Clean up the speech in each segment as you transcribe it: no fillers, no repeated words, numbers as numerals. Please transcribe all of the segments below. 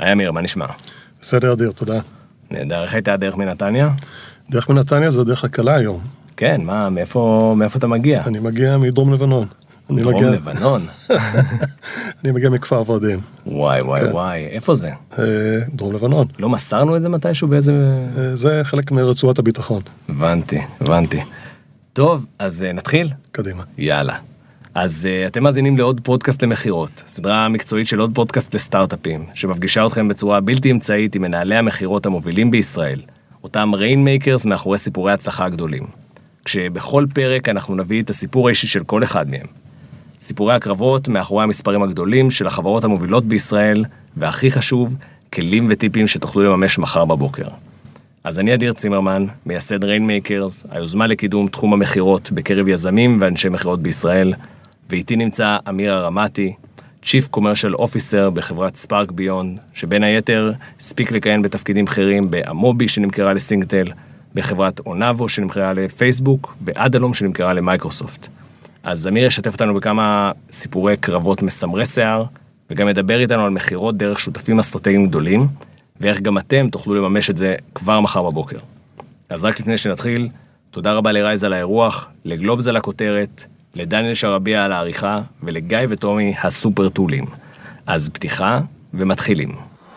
היי אמיר, מה נשמע? בסדר, אדיר, תודה. נהדר, איך הייתה הדרך מנתניה? דרך מנתניה זה הדרך הקלה היום. כן, מה, מאיפה אתה מגיע? אני מגיע מדרום לבנון. דרום לבנון? אני מגיע מכפר ורדים. וואי, איפה זה? דרום לבנון. לא מסרנו את זה מתישהו באיזה... זה חלק מרצועת הביטחון. הבנתי. טוב, אז נתחיל? קדימה. יאללה. אז אתם מאזינים לעוד פודקאסט למחירות, סדרה מקצועית של עוד פודקאסט לסטארט-אפים, שמפגישה אתכם בצורה בלתי אמצעית עם מנהלי המחירות המובילים בישראל, אותם ריינמייקרס מאחורי סיפורי הצלחה הגדולים. כשבכל פרק אנחנו נביא את הסיפור האישי של כל אחד מהם. סיפורי הקרבות מאחורי המספרים הגדולים של החברות המובילות בישראל, והכי חשוב, כלים וטיפים שתוכלו לממש מחר בבוקר. אז אני אדיר צימרמן, מייסד ריינמייקרס, היוזמה לקידום תחום המחירות בקרב יזמים ואנשי מחירות בישראל, ואיתי נמצא אמיר הרמתי, Chief Commercial Officer בחברת ספארק ביונד, שבין היתר הספיק לכהן בתפקידים בכירים באמובי שנמכרה לסינגטל, בחברת אונאבו שנמכרה לפייסבוק, ואדלום שנמכרה למייקרוסופט. אז אמיר ישתף אותנו בכמה סיפורי קרבות מסמרי שיער, וגם ידבר איתנו על מחירות דרך שותפים אסטרטגיים גדולים, ואיך גם אתם תוכלו לממש את זה כבר מחר בבוקר. אז רק לפני שנתחיל, תודה רבה לרייז על האירוח, לגלובס על הכותרת, לדניאל שרביע על העריכה, ולגיא וטומי הסופר טולים. אז פתיחה ומתחילים.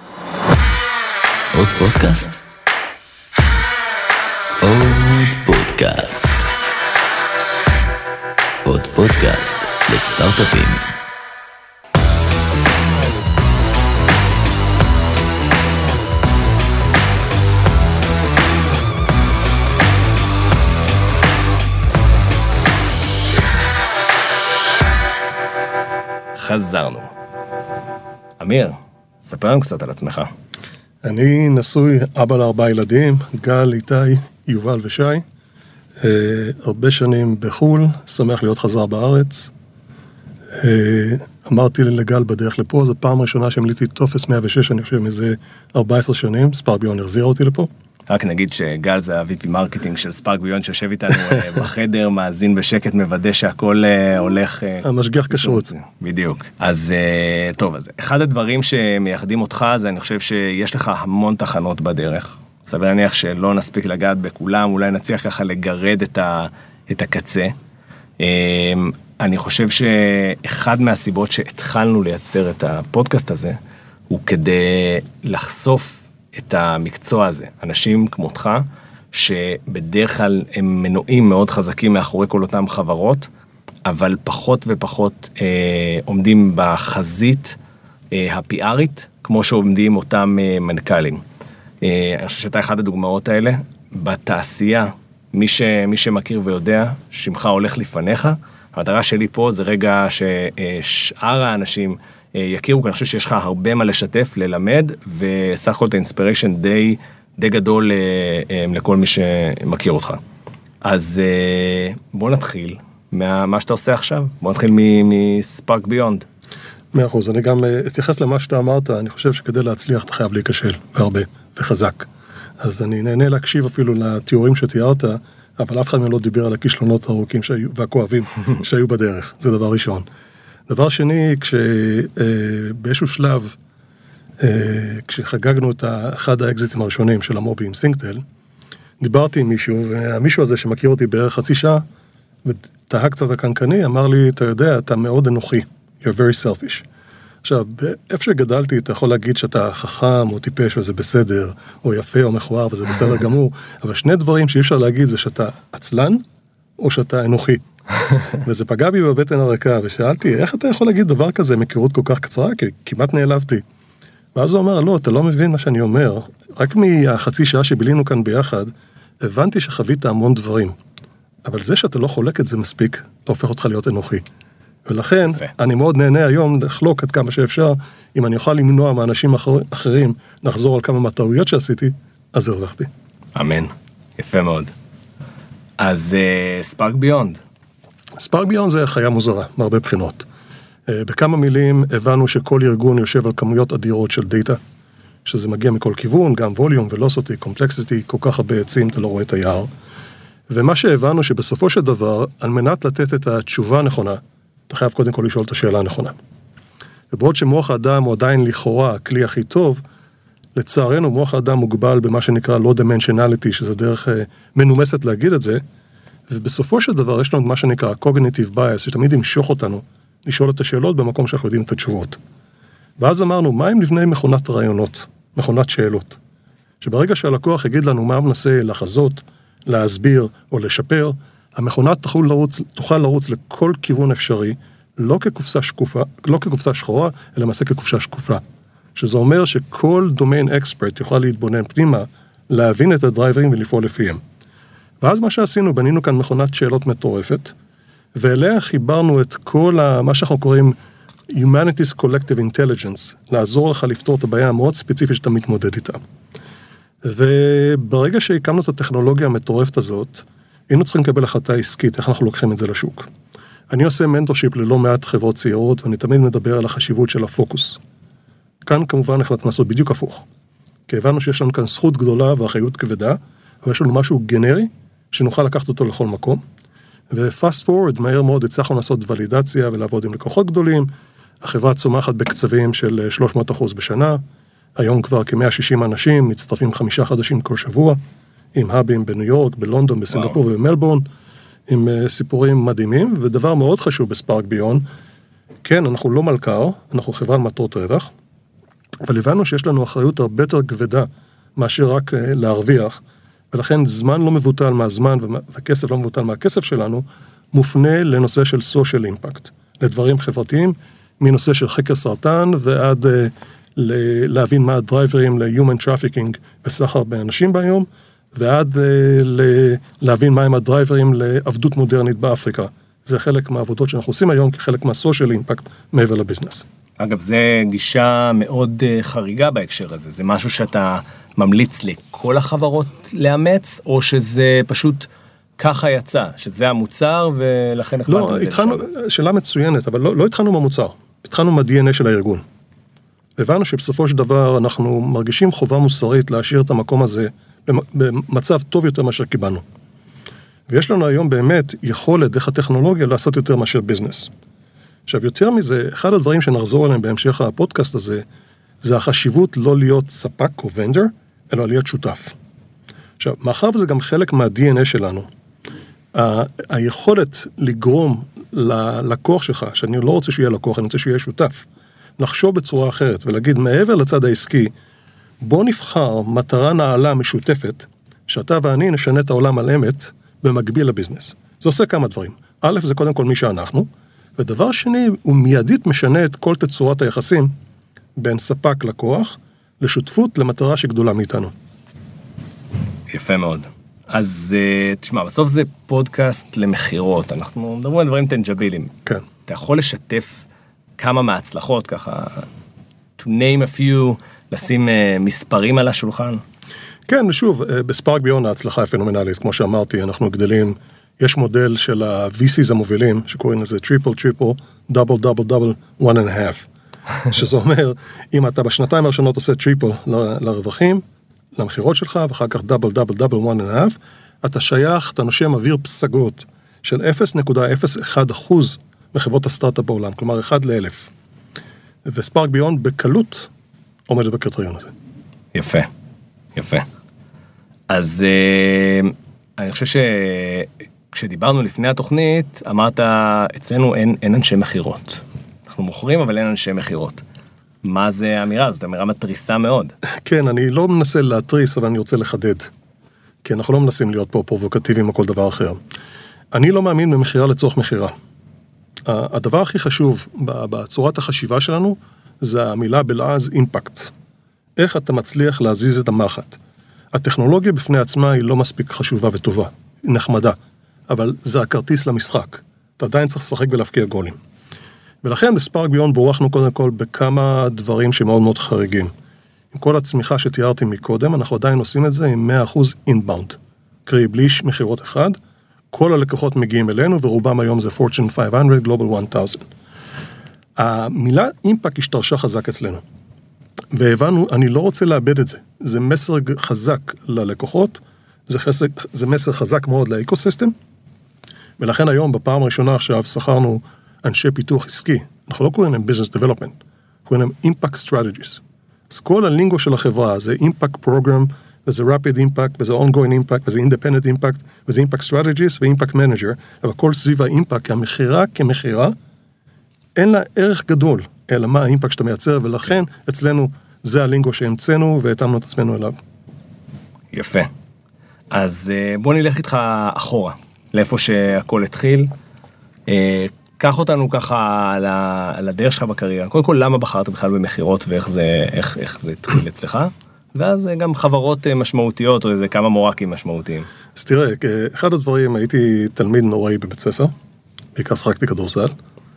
עוד פודקאסט? עוד פודקאסט לסטארט-אפים. חזרנו. אמיר, ספר לנו קצת על עצמך. אני נשוי, אבא ל4 ילדים, גל, איתי, יובל ושי. הרבה שנים בחול, שמח להיות חזר בארץ. אמרתי לגל בדרך לפה, זו פעם ראשונה שמליתי טופס 106, אני חושב מזה 14 שנים, ספארק ביונד החזירה אותי לפה. רק נגיד שגל זה ה-VP מרקטינג של ספארק ביונד שיושב איתנו בחדר, מאזין בשקט, מוודא שהכל הולך... המשגיח כשרות. בדיוק. אז טוב, אז אחד הדברים שמייחדים אותך זה אני חושב שיש לך המון תחנות בדרך. סביר להניח שלא נספיק לגעת בכולם, אולי נצליח ככה לגרד את הקצה. אני חושב שאחד מהסיבות שהתחלנו לייצר את הפודקאסט הזה, הוא כדי לחשוף את המקצוע הזה. אנשים כמותך, שבדרך כלל הם מנועים מאוד חזקים מאחורי כל אותם חברות, אבל פחות ופחות עומדים בחזית הפיארית, כמו שעומדים אותם מנכ"לים. אני חושב שאתה אחד הדוגמאות האלה. בתעשייה, מי שמכיר ויודע, שמך הולך לפניך. המטרה שלי פה זה רגע ששאר האנשים יכירו, כי אני חושב שיש לך הרבה מה לשתף, ללמד, וסך הכל את האינספיריישן די גדול לכל מי שמכיר אותך. אז בוא נתחיל מה שאתה עושה עכשיו. בוא נתחיל מספארק ביונד. 100%, אני גם אתייחס למה שאתה אמרת, אני חושב שכדי להצליח אתה חייב להיכשל, והרבה, וחזק. אז אני נהנה להקשיב אפילו לתיאורים שתיארת, אבל אף אחד מהם לא דיבר על הכישלונות הארוכים והכואבים שהיו בדרך, זה דבר ראשון. דבר שני, באיזשהו שלב, כשחגגנו את אחד האקזיטים הראשונים של המובי עם סינגטל, דיברתי עם מישהו, והמישהו הזה שמכיר אותי בערך חצי שעה, ותהה קצת הקנקני, אמר לי, אתה יודע, אתה מאוד אנוכי, you're very selfish. עכשיו, איפה שגדלתי, אתה יכול להגיד שאתה חכם או טיפש וזה בסדר, או יפה או מכוער וזה בסדר גמור, אבל שני דברים שאי אפשר להגיד זה שאתה עצלן, או שאתה אנוכי. וזה פגע בי בבטן הרקה, ושאלתי, איך אתה יכול להגיד דבר כזה, מכירות כל כך קצרה? כי כמעט נעלבתי. ואז הוא אמר, לא, אתה לא מבין מה שאני אומר. רק מהחצי שעה שבילינו כאן ביחד, הבנתי שחווית המון דברים. אבל זה שאתה לא חולק את זה מספיק, אתה הופך אותך להיות אנוכי. ולכן, אני מאוד נהנה היום לחלוק עד כמה שאפשר, אם אני אוכל למנוע מאנשים אחרים, לחזור על כמה מהטעויות שעשיתי, אז הרווחתי. אמן. יפה מאוד. אז ספארק ביונד. ספארק ביונד זה חיה מוזרה, מהרבה בחינות. בכמה מילים הבנו שכל ארגון יושב על כמויות אדירות של דאטה, שזה מגיע מכל כיוון, גם ווליום, ולוסיטי, קומפלקסיטי, כל כך הרבה עצים, אתה לא רואה את היער. ומה שהבנו שבסופו של דבר, על מנת לתת את התשובה הנכונה, אתה חייב קודם כל לשאול את השאלה הנכונה. ובעוד שמוח האדם הוא עדיין לכאורה הכלי הכי טוב, לצערנו, מוח האדם מוגבל במה שנקרא low dimensionality, שזה דרך מנומסת להגיד את זה, ובסופו של דבר יש לנו מה שנקרא cognitive bias, שתמיד ימשוך אותנו לשאול את השאלות במקום שאנחנו יודעים את התשובות. ואז אמרנו, מה אם נבנה מכונת רעיונות, מכונת שאלות? שברגע שהלקוח יגיד לנו מה מנסה לחזות, להסביר או לשפר, המכונה תוכל לרוץ לכל כיוון אפשרי, לא כקופסה שחורה, אלא למעשה כקופסה שקופה. שזה אומר שכל דומיין אקספרט יוכל להתבונן פנימה, להבין את הדרייברים ולפעול לפיהם. ואז מה שעשינו, בנינו כאן מכונת שאלות מטורפת, ואליה חיברנו את כל מה שאנחנו קוראים Humanities Collective Intelligence, לעזור לך לפתור את הבעיה המאוד ספציפית שאתה מתמודד איתה. וברגע שהקמנו את הטכנולוגיה המטורפת הזאת, היינו צריכים לקבל החלטה עסקית, איך אנחנו לוקחים את זה לשוק. אני עושה מנטורשיפ ללא מעט חברות צעירות, ואני תמיד מדבר על החשיבות של הפוקוס. כאן כמובן החלטנו לעשות בדיוק הפוך. כי הבנו שיש לנו כאן זכות גדולה ואחריות כבדה, אבל יש לנו משהו גנרי, שנוכל לקחת אותו לכל מקום. ופאסט פורוורד, מהר מאוד הצלחנו לעשות ולידציה ולעבוד עם לקוחות גדולים. החברה צומחת בקצבים של 300% בשנה. היום כבר כ-160 אנשים, מצטרפים 5 חדשים כל שבוע, עם האבים בניו יורק, בלונדון, בסינגפור ובמלבורן, עם סיפורים מדהימים, ודבר מאוד חשוב בספארק ביון, כן, אנחנו לא מלכ"ר, אנחנו חברה למטרות רווח, אבל הבנו שיש לנו אחריות הרבה יותר כבדה, מאשר רק להרוויח, ולכן זמן לא מבוטל מהזמן, וכסף לא מבוטל מהכסף שלנו, מופנה לנושא של social impact, לדברים חברתיים, מנושא של חקר סרטן, ועד להבין מה הדרייברים ל-human trafficking בסחר באנשים ביום, ועד להבין מה הם הדרייברים לעבדות מודרנית באפריקה. זה חלק מהעבודות שאנחנו עושים היום, כחלק מה-social impact מעבר לביזנס. אגב, זה גישה מאוד חריגה בהקשר הזה. זה משהו שאתה ממליץ לכל החברות לאמץ, או שזה פשוט ככה יצא, שזה המוצר, ולכן לא, התחלנו, שאלה מצוינת, אבל לא התחלנו מהמוצר. התחלנו מה-DNA של הארגון. הבנו שבסופו של דבר אנחנו מרגישים חובה מוסרית להשאיר את המקום הזה במצב טוב יותר מאשר קיבלנו. ויש לנו היום באמת יכולת דרך הטכנולוגיה לעשות יותר מאשר ביזנס. עכשיו, יותר מזה, אחד הדברים שנחזור עליהם בהמשך הפודקאסט הזה, זה החשיבות לא להיות ספק או ונדר, אלא להיות שותף. עכשיו, מאחר וזה גם חלק מה-DNA שלנו, היכולת לגרום ללקוח שלך, שאני לא רוצה שיהיה לקוח, אני רוצה שיהיה שותף, לחשוב בצורה אחרת ולהגיד, מעבר לצד העסקי, בוא נבחר מטרה נעלה משותפת, שאתה ואני נשנה את העולם על אמת במקביל לביזנס. זה עושה כמה דברים. א', זה קודם כל מי שאנחנו, ודבר שני, הוא מיידית משנה את כל תצורת היחסים בין ספק לקוח, לשותפות למטרה שגדולה מאיתנו. יפה מאוד. אז תשמע, בסוף זה פודקאסט למחירות, אנחנו מדברים על דברים טנג'בילים. כן. אתה יכול לשתף כמה מההצלחות, ככה, to name a few, לשים מספרים על השולחן? כן, ושוב, בספארק ביון ההצלחה היא פנומנלית, כמו שאמרתי, אנחנו גדלים, יש מודל של ה-VCs המובילים, שקוראים לזה טריפל, דאבל, דאבל, 1.5. שזה אומר, אם אתה בשנתיים הראשונות עושה טריפל לרווחים, למחירות שלך, ואחר כך דאבל, 1.5, אתה שייך, אתה נושם אוויר פסגות של 0.01% מחברות הסטארט-אפ בעולם, כלומר 1 ל-1000. וספארק ביון בקלות עומד בקריטריון הזה. יפה, יפה. אז אני חושב שכשדיברנו לפני התוכנית, אמרת, אצלנו אין אנשי מחירות. אנחנו מוכרים, אבל אין אנשי מחירות. מה זה האמירה? זאת אמירה מטריסה מאוד. כן, אני לא מנסה להטריס, אבל אני רוצה לחדד. כי אנחנו לא מנסים להיות פה פרובוקטיביים או כל דבר אחר. אני לא מאמין במחירה לצורך מחירה. הדבר הכי חשוב בצורת החשיבה שלנו, זה המילה בלעז אימפקט. איך אתה מצליח להזיז את המחט. הטכנולוגיה בפני עצמה היא לא מספיק חשובה וטובה, היא נחמדה, אבל זה הכרטיס למשחק. אתה עדיין צריך לשחק ולהפקיע גולים. ולכן בספארק ביון בורחנו קודם כל בכמה דברים שמאוד מאוד חריגים. עם כל הצמיחה שתיארתי מקודם, אנחנו עדיין עושים את זה עם 100% אינבאונד. קרי, בלי מחירות אחד, כל הלקוחות מגיעים אלינו, ורובם היום זה Fortune 500, Global 1000. המילה אימפקט השתרשה חזק אצלנו. והבנו, אני לא רוצה לאבד את זה. זה מסר חזק ללקוחות, זה מסר חזק מאוד לאקוסיסטם, ולכן היום, בפעם הראשונה עכשיו, שכרנו אנשי פיתוח עסקי. אנחנו לא קוראים להם Business Development, קוראים להם Impact Strategies. אז כל הלינגו של החברה, זה impact program, וזה rapid impact, וזה ongoing impact, וזה independent impact, וזה impact strategist ו-impact manager, אבל כל סביב האימפקט, כי המחירה כמחירה, אין לה ערך גדול, אלא מה האימפקט שאתה מייצר, ולכן אצלנו זה הלינגו שהמצאנו, והתאמנו את עצמנו אליו. יפה. אז בוא נלך איתך אחורה, לאיפה שהכל התחיל. קח אותנו ככה על הדרך שלך בקריירה. קודם כל, למה בחרת בכלל במחירות, ואיך זה התחיל אצלך? ואז גם חברות משמעותיות, או איזה כמה מורקים משמעותיים. אז תראה, אחד הדברים, הייתי תלמיד נוראי בבית ספר, בעיקר שחקתי כדורסל,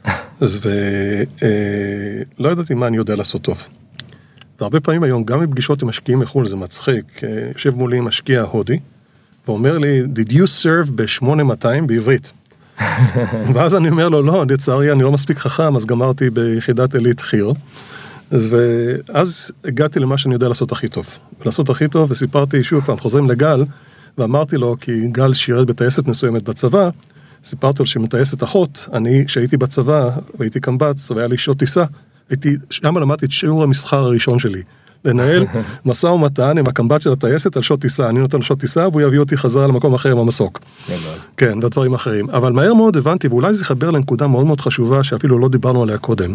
ולא ידעתי מה אני יודע לעשות טוב. והרבה פעמים היום, גם בפגישות עם משקיעים מחול, זה מצחיק, יושב מולי משקיע הודי, ואומר לי, did you serve ב-8200 בעברית? ואז אני אומר לו, לא, לצערי, אני לא מספיק חכם, אז גמרתי ביחידת עילית חי"ר, ואז הגעתי למה שאני יודע לעשות הכי טוב. לעשות הכי טוב, וסיפרתי שוב פעם, חוזרים לגל, ואמרתי לו, כי גל שירת בטייסת מסוימת בצבא, סיפרתי לו שמטייסת אחות, אני, כשהייתי בצבא, והייתי קמב"ץ, והיה לי שעות טיסה, שם למדתי את שיעור המסחר הראשון שלי, לנהל משא ומתן עם הקמב"ץ של הטייסת על שעות טיסה, אני נותן שעות טיסה, והוא יביא אותי חזרה למקום אחר עם המסוק. כן, ודברים אחרים. אבל מהר מאוד הבנתי, ואולי זה יחבר לנקודה מאוד מאוד חשובה, שאפילו לא דיברנו עליה קודם.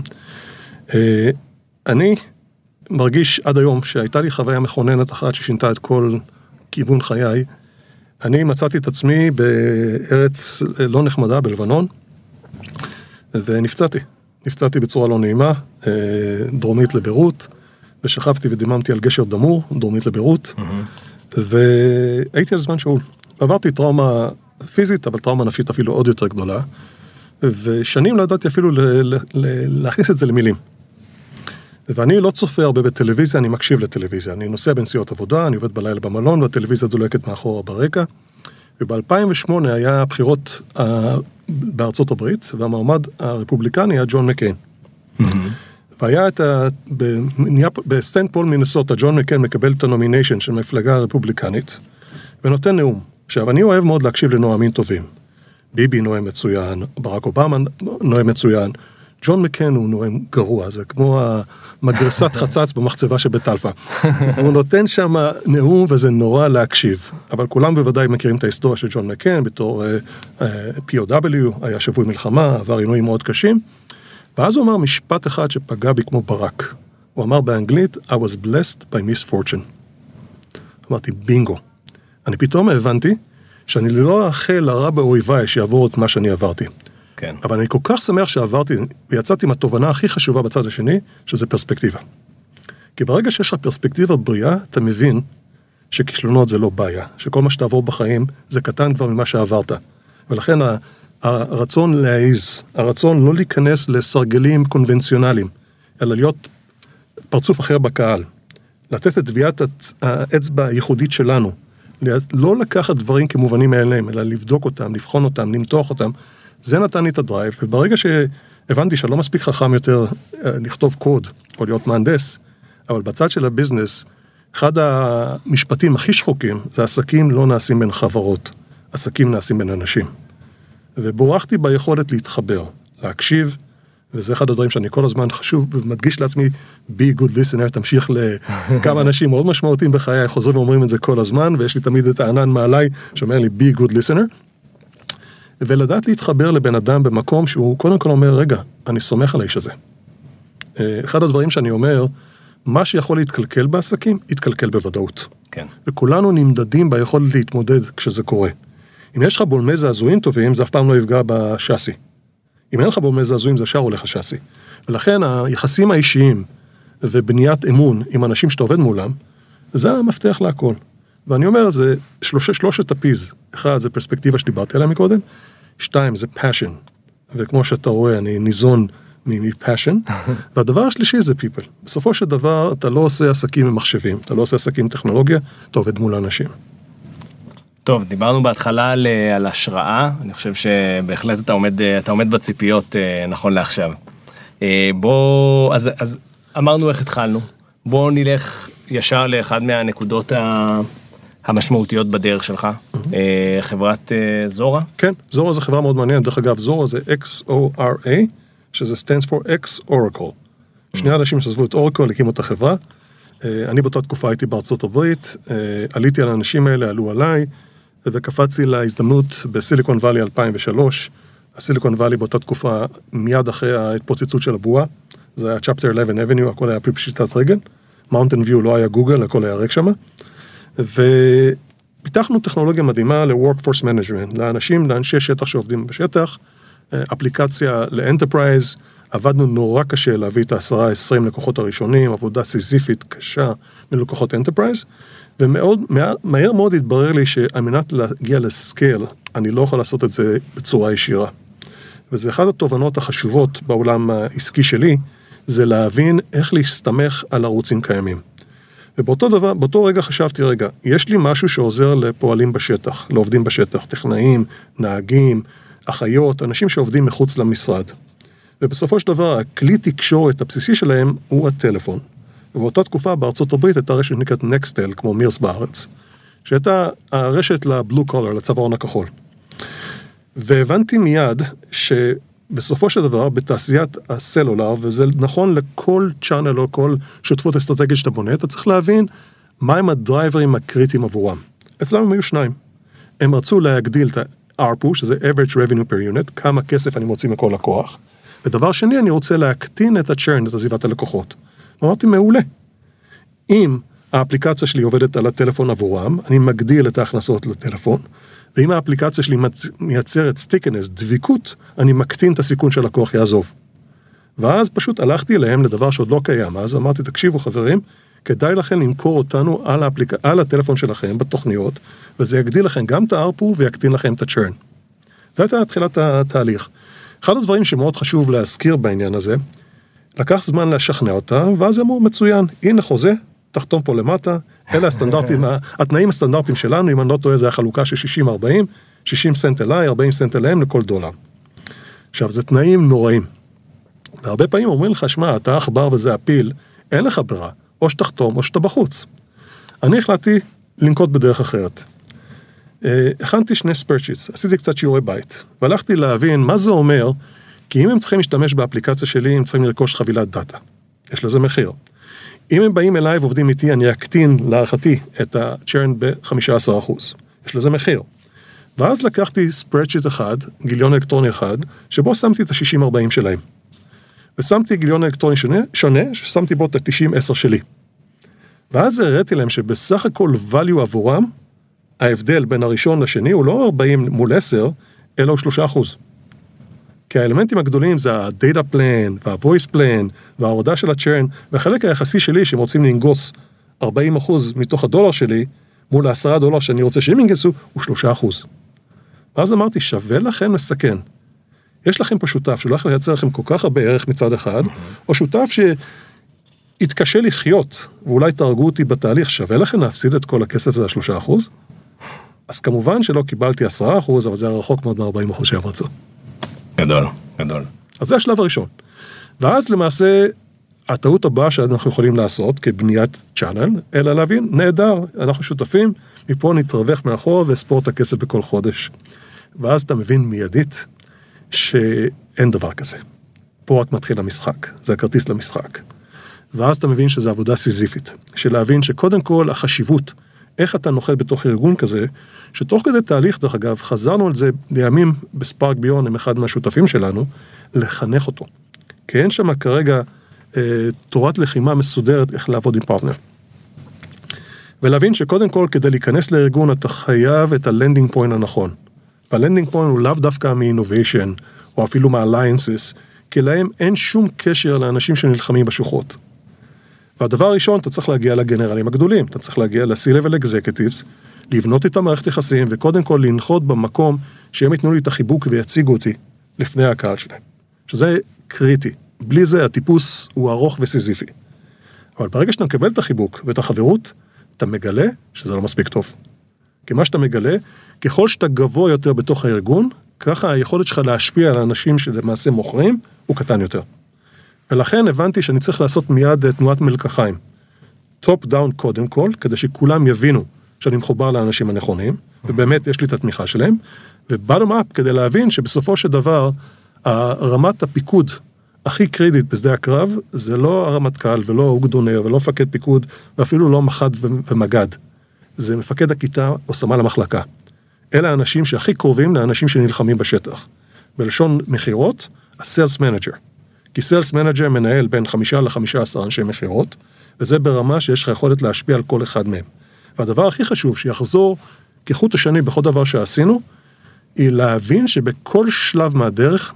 אני מרגיש עד היום שהייתה לי חוויה מכוננת אחת ששינתה את כל כיוון חיי. אני מצאתי את עצמי בארץ לא נחמדה, בלבנון, ונפצעתי. נפצעתי בצורה לא נעימה, דרומית לביירות, ושכבתי ודיממתי על גשר דמור, דרומית לביירות, והייתי על זמן שאול. עברתי טראומה פיזית, אבל טראומה נפשית אפילו עוד יותר גדולה, ושנים לא ידעתי אפילו להכניס את זה למילים. ואני לא צופה הרבה בטלוויזיה, אני מקשיב לטלוויזיה. אני נוסע בנסיעות עבודה, אני עובד בלילה במלון, והטלוויזיה דולקת מאחורה ברקע. וב-2008 היה הבחירות בארצות הברית, והמועמד הרפובליקני היה ג'ון מקיין. והיה בסנט פול מינסוטה, ג'ון מקיין מקבל את הנומיניישן של מפלגה הרפובליקנית, ונותן נאום. עכשיו, אני אוהב מאוד להקשיב לנואמים טובים. ביבי נואם מצוין, ברק אובמה נואם מצוין, ג'ון מקיין הוא נואם גרוע, זה כמו המגרסת חצץ במחצבה שבטלפה. והוא נותן שם נאום וזה נורא להקשיב. אבל כולם בוודאי מכירים את ההיסטוריה של ג'ון מקיין, בתור POW, היה שבוי מלחמה, עבר עינויים מאוד קשים. ואז הוא אמר משפט אחד שפגע בי כמו ברק. הוא אמר באנגלית, I was blessed by misfortune. אמרתי, בינגו. אני פתאום הבנתי שאני לא אאחל לרע באויביי שיעבור את מה שאני עברתי. כן. אבל אני כל כך שמח שעברתי, ויצאתי עם התובנה הכי חשובה בצד השני, שזה פרספקטיבה. כי ברגע שיש לך פרספקטיבה בריאה, אתה מבין שכישלונות זה לא בעיה, שכל מה שתעבור בחיים זה קטן כבר ממה שעברת. ולכן הרצון להעיז, הרצון לא להיכנס לסרגלים קונבנציונליים, אלא להיות פרצוף אחר בקהל, לתת את טביעת האצבע הייחודית שלנו, לא לקחת דברים כמובנים מאליהם, אלא לבדוק אותם, לבחון אותם, למתוח אותם, זה נתן לי את הדרייב, וברגע שהבנתי שאני לא מספיק חכם יותר לכתוב קוד, או להיות מהנדס, אבל בצד של הביזנס, אחד המשפטים הכי שחוקים, זה עסקים לא נעשים בין חברות, עסקים נעשים בין אנשים. ובורחתי ביכולת להתחבר, להקשיב, וזה אחד הדברים שאני כל הזמן חשוב ומדגיש לעצמי, be good listener, תמשיך לכמה אנשים מאוד משמעותיים בחיי, חוזרים ואומרים את זה כל הזמן, ויש לי תמיד את הענן מעליי, שאומר לי be good listener, ולדעת להתחבר לבן אדם במקום שהוא קודם כל אומר, רגע, אני סומך על האיש הזה. אחד הדברים שאני אומר, מה שיכול להתקלקל בעסקים, יתקלקל בוודאות. כן. וכולנו נמדדים ביכולת להתמודד כשזה קורה. אם יש לך בולמי זעזועים טובים, זה אף פעם לא יפגע בשאסי. אם אין לך בולמי זעזועים, זה שער הולך השאסי. ולכן היחסים האישיים ובניית אמון עם אנשים שאתה עובד מולם, זה המפתח להכל. ואני אומר, זה שלושת הפיז. אחד, זה פרספקטיבה שדיברתי עליה מקודם. 2, זה passion. וכמו שאתה רואה, אני ניזון מ-passion. והדבר השלישי זה people. בסופו של דבר, אתה לא עושה עסקים עם מחשבים, אתה לא עושה עסקים עם טכנולוגיה, אתה עובד מול אנשים. טוב, דיברנו בהתחלה על השראה, אני חושב שבהחלט אתה עומד בציפיות נכון לעכשיו. אז אמרנו איך התחלנו, בואו נלך ישר לאחד מהנקודות המשמעותיות בדרך שלך, חברת זורה. כן, זורה זה חברה מאוד מעניינת, דרך אגב, זורה זה XORA, שזה stands for X Oracle. שני אנשים שעזבו את אורקל, הקימו את החברה, אני באותה תקופה הייתי בארצות הברית, עליתי על האנשים האלה, עלו עליי, וקפצתי להזדמנות בסיליקון ואלי 2003, הסיליקון ואלי באותה תקופה מיד אחרי ההתפוצצות של הבועה, זה היה Chapter 11 Avenue, הכל היה פשיטת רגל, Mountain View לא היה גוגל, הכל היה ריק שם, ופיתחנו טכנולוגיה מדהימה ל-Workforce Management, לאנשי שטח שעובדים בשטח, אפליקציה ל-Enterprise, עבדנו נורא קשה להביא את ה10-20 לקוחות הראשונים, עבודה סיזיפית קשה מלקוחות Enterprise, ומהר מאוד התברר לי שעל מנת להגיע לסקייל, אני לא יכול לעשות את זה בצורה ישירה. וזה אחת התובנות החשובות בעולם העסקי שלי, זה להבין איך להסתמך על ערוצים קיימים. ובאותו רגע חשבתי, יש לי משהו שעוזר לפועלים בשטח, לעובדים בשטח, טכנאים, נהגים, אחיות, אנשים שעובדים מחוץ למשרד. ובסופו של דבר, הכלי תקשורת הבסיסי שלהם הוא הטלפון. ובאותה תקופה בארצות הברית הייתה רשת שנקראת נקסטל, כמו מירס בארץ, שהייתה הרשת לבלו קולר, לצווארון הכחול. והבנתי מיד שבסופו של דבר, בתעשיית הסלולר, וזה נכון לכל צ'אנל או כל שותפות אסטרטגית שאתה בונה, אתה צריך להבין מהם הדרייברים הקריטיים עבורם. אצלם הם היו שניים. הם רצו להגדיל את ה-ARPU, שזה average revenue per unit, כמה כסף אני מוציא מכל לקוח. ודבר שני, אני רוצה להקטין את ה-churn, את עזיבת הלקוחות. אמרתי, מעולה. אם האפליקציה שלי עובדת על הטלפון עבורם, אני מגדיל את ההכנסות לטלפון, ואם האפליקציה שלי מייצרת סטיקנס, דביקות, אני מקטין את הסיכון של לקוח יעזוב. ואז פשוט הלכתי אליהם לדבר שעוד לא קיים, אז אמרתי, תקשיבו חברים, כדאי לכם למכור אותנו על הטלפון שלכם בתוכניות, וזה יגדיל לכם גם את ה-ARPU ויקטין לכם את ה-churn. זו הייתה תחילת התהליך. אחד הדברים שמאוד חשוב להזכיר בעניין הזה, לקח זמן לשכנע אותה, ואז אמרו, מצוין, הנה חוזה, תחתום פה למטה, אלה הסטנדרטים, התנאים הסטנדרטיים שלנו, אם אני לא טועה, זה החלוקה של 60-40, 60 סנט אליי, 40 סנט אליהם לכל דולר. עכשיו, זה תנאים נוראים. והרבה פעמים אומרים לך, שמע, אתה אכבר וזה הפיל, אין לך ברירה, או שתחתום או שאתה בחוץ. אני החלטתי לנקוט בדרך אחרת. הכנתי 2 ספרדשיטס, עשיתי קצת שיעורי בית, והלכתי להבין מה זה אומר, כי אם הם צריכים להשתמש באפליקציה שלי, הם צריכים לרכוש חבילת דאטה. יש לזה מחיר. אם הם באים אליי ועובדים איתי, אני אקטין להערכתי את ה-churn ב-15%. יש לזה מחיר. ואז לקחתי ספרדשיט אחד, גיליון אלקטרוני אחד, שבו שמתי את ה-60-40 שלהם. ושמתי גיליון אלקטרוני שונה, ששמתי בו את ה-90-10 שלי. ואז הראיתי להם שבסך הכל value עבורם, ההבדל בין הראשון לשני הוא לא 40 מול 10, אלא הוא 3%. כי האלמנטים הגדולים זה ה-data plan, וה-voice plan, וההורדה של ה-churn, והחלק היחסי שלי שהם רוצים לנגוס 40% מתוך הדולר שלי, מול $10 שאני רוצה שהם ינגסו, הוא 3%. ואז אמרתי, שווה לכם לסכן. יש לכם פה שותף שהולך לייצר לכם כל כך הרבה ערך מצד אחד, או שותף שיתקשה לחיות, ואולי תרגו אותי בתהליך, שווה לכם להפסיד את כל הכסף הזה 3%? אז כמובן שלא קיבלתי 10%, אבל זה רחוק מאוד מ-40% שהם רצו. גדול, גדול. אז זה השלב הראשון. ואז למעשה, הטעות הבאה שאנחנו יכולים לעשות כבניית צ'אנל, אלא להבין, נהדר, אנחנו שותפים, מפה נתרווח מאחור וספורט הכסף בכל חודש. ואז אתה מבין מיידית שאין דבר כזה. פה רק מתחיל המשחק, זה הכרטיס למשחק. ואז אתה מבין שזה עבודה סיזיפית, שלהבין שקודם כל החשיבות, איך אתה נוחת בתוך ארגון כזה, שתוך כדי תהליך, דרך אגב, חזרנו על זה לימים בספארק ביון, עם אחד מהשותפים שלנו, לחנך אותו. כי אין שם כרגע תורת לחימה מסודרת איך לעבוד עם פרטנר. ולהבין שקודם כל, כדי להיכנס לארגון, אתה חייב את הלנדינג פוינט הנכון. והלנדינג פוינט הוא לאו דווקא מ-innovation, או אפילו מה-alliances, כי להם אין שום קשר לאנשים שנלחמים בשוחות. והדבר הראשון, אתה צריך להגיע לגנרלים הגדולים, אתה צריך להגיע ל-C-Level Executives, לבנות את המערכת יחסים, וקודם כל לנחות במקום שהם ייתנו לי את החיבוק ויציגו אותי לפני הקהל שלהם. שזה קריטי. בלי זה הטיפוס הוא ארוך וסיזיפי. אבל ברגע שאתה מקבל את החיבוק ואת החברות, אתה מגלה שזה לא מספיק טוב. כי מה שאתה מגלה, ככל שאתה גבוה יותר בתוך הארגון, ככה היכולת שלך להשפיע על האנשים שלמעשה מוכרים, הוא קטן יותר. ולכן הבנתי שאני צריך לעשות מיד תנועת מלקחיים. טופ דאון קודם כל, כדי שכולם יבינו שאני מחובר לאנשים הנכונים, ובאמת יש לי את התמיכה שלהם, ובאטום אפ כדי להבין שבסופו של דבר, רמת הפיקוד הכי קרידית בשדה הקרב, זה לא הרמטכ"ל ולא אוגדונר ולא מפקד פיקוד, ואפילו לא מח"ט ומג"ד. זה מפקד הכיתה או סמל המחלקה. אלה האנשים שהכי קרובים לאנשים שנלחמים בשטח. בלשון מחירות, ה-Sales Manager. כי Sales Manager מנהל בין 5 ל-15 אנשי מחירות, וזה ברמה שיש לך יכולת להשפיע על כל אחד מהם. והדבר הכי חשוב שיחזור כחוט השני בכל דבר שעשינו, היא להבין שבכל שלב מהדרך,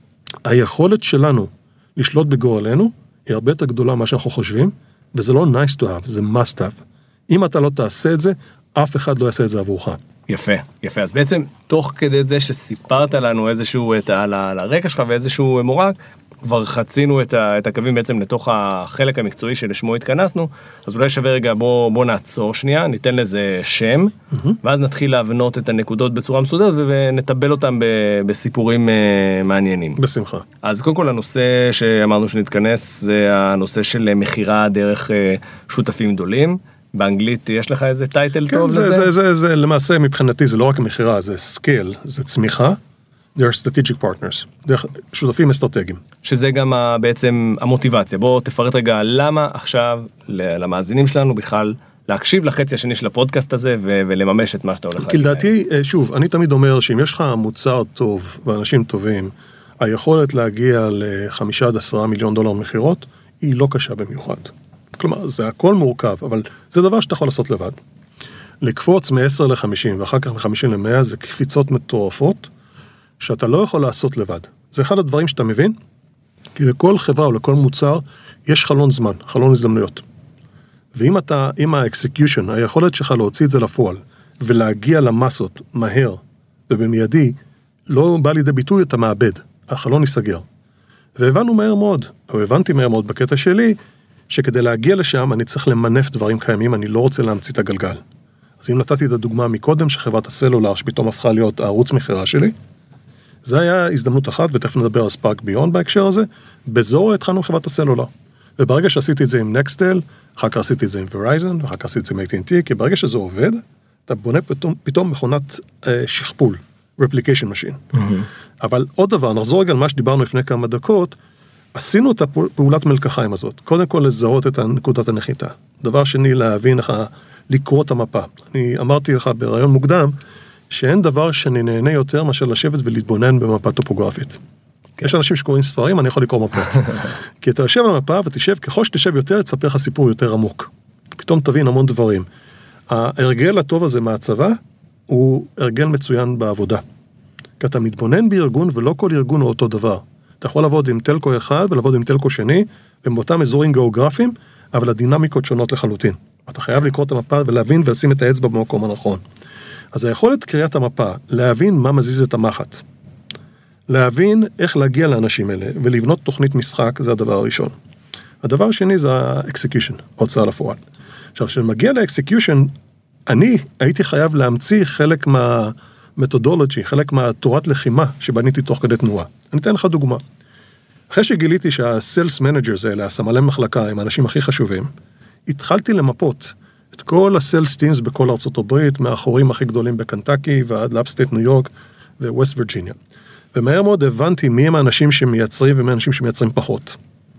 היכולת שלנו לשלוט בגורלנו, היא הרבה יותר גדולה ממה שאנחנו חושבים, וזה לא nice to have, זה must have. אם אתה לא תעשה את זה, אף אחד לא יעשה את זה עבורך. יפה, יפה. אז בעצם, תוך כדי זה שסיפרת לנו איזשהו, על הרקע שלך ואיזשהו מורק, כבר חצינו את הקווים בעצם לתוך החלק המקצועי שלשמו התכנסנו, אז אולי שווה רגע, בוא נעצור שנייה, ניתן לזה שם, ואז נתחיל להבנות את הנקודות בצורה מסודרת, ונטבל אותם בסיפורים מעניינים. בשמחה. אז קודם כל הנושא שאמרנו שנתכנס, זה הנושא של מחירה דרך שותפים גדולים, באנגלית יש לך איזה טייטל טוב לזה? זה למעשה מבחינתי זה לא רק מחירה, זה סקייל, זה צמיחה, they are strategic partners, דרך שותפים אסטרטגיים. שזה גם בעצם המוטיבציה. בוא תפרט רגע למה עכשיו למאזינים שלנו בכלל להקשיב לחצי השני של הפודקאסט הזה ולממש את מה שאתה הולך. כי לדעתי, שוב, אני תמיד אומר שאם יש לך מוצר טוב ואנשים טובים, היכולת להגיע ל$5-10 מיליון מחירות היא לא קשה במיוחד. כלומר, זה הכל מורכב, אבל זה דבר שאתה יכול לעשות לבד. לקפוץ מ-10 ל-50 ואחר כך מ-50 ל-100 זה קפיצות מטורפות שאתה לא יכול לעשות לבד. זה אחד הדברים שאתה מבין, כי לכל חברה או לכל מוצר יש חלון זמן, חלון הזדמנויות. ואם אתה, עם האקסקיושן, היכולת שלך להוציא את זה לפועל, ולהגיע למסות מהר ובמיידי, לא בא לידי ביטוי, אתה מאבד. החלון ייסגר. והבנו מהר מאוד, או הבנתי מהר מאוד בקטע שלי, שכדי להגיע לשם אני צריך למנף דברים קיימים, אני לא רוצה להמציא את הגלגל. אז אם נתתי את הדוגמה מקודם, שחברת הסלולר, שפתאום הפכה להיות הערוץ מחירה שלי, זה היה הזדמנות אחת, ותכף נדבר על ספארק ביונד בהקשר הזה, בזורו התחלנו חברת הסלולר. וברגע שעשיתי את זה עם נקסטל, אחר כך עשיתי את זה עם ורייזן, ואחר כך עשיתי את זה עם AT&T, כי ברגע שזה עובד, אתה בונה פתאום מכונת שכפול, replication machine. אבל עוד דבר, נחזור רגע על מה שדיברנו לפני כמה דקות, עשינו את הפעולת מלקחיים הזאת. קודם כל לזהות את נקודת הנחיתה. דבר שני, להבין איך לקרוא את המפה. אני אמרתי לך ברעיון מוקדם, שאין דבר שאני נהנה יותר מאשר לשבת ולהתבונן במפה טופוגרפית. יש אנשים שקוראים ספרים, אני יכול לקרוא מפות. כי אתה יושב על המפה ותשב, ככל שתשב יותר, תספר לך סיפור יותר עמוק. פתאום תבין המון דברים. ההרגל הטוב הזה מהצבא, הוא הרגל מצוין בעבודה. כי אתה מתבונן בארגון, ולא כל ארגון הוא אותו דבר. אתה יכול לעבוד עם טלקו אחד, ולעבוד עם טלקו שני, הם באותם אזורים גיאוגרפיים, אבל הדינמיקות שונות לחלוטין. אתה חייב לקרוא את המפה ולהבין ולשים את האצבע במקום הנכון. אז היכולת קריאת המפה, להבין מה מזיז את המחט, להבין איך להגיע לאנשים האלה, ולבנות תוכנית משחק, זה הדבר הראשון. הדבר השני זה ה-execution, הוצאה לפועל. עכשיו, כשמגיע ל-execution, אני הייתי חייב להמציא חלק מהמתודולוגי, חלק מהתורת לחימה שבניתי תוך כדי תנועה. אני אתן לך דוגמה. אחרי שגיליתי שה-sales managers האלה, הסמלי מחלקה, הם האנשים הכי חשובים, התחלתי למפות את כל ה-sales teams בכל ארצות הברית, מהאחורים הכי גדולים בקנטקי, ועד לאפסטייט ניו יורק וווסט וירג'יניה. ומהר מאוד הבנתי מי הם האנשים שמייצרים ומי האנשים שמייצרים פחות.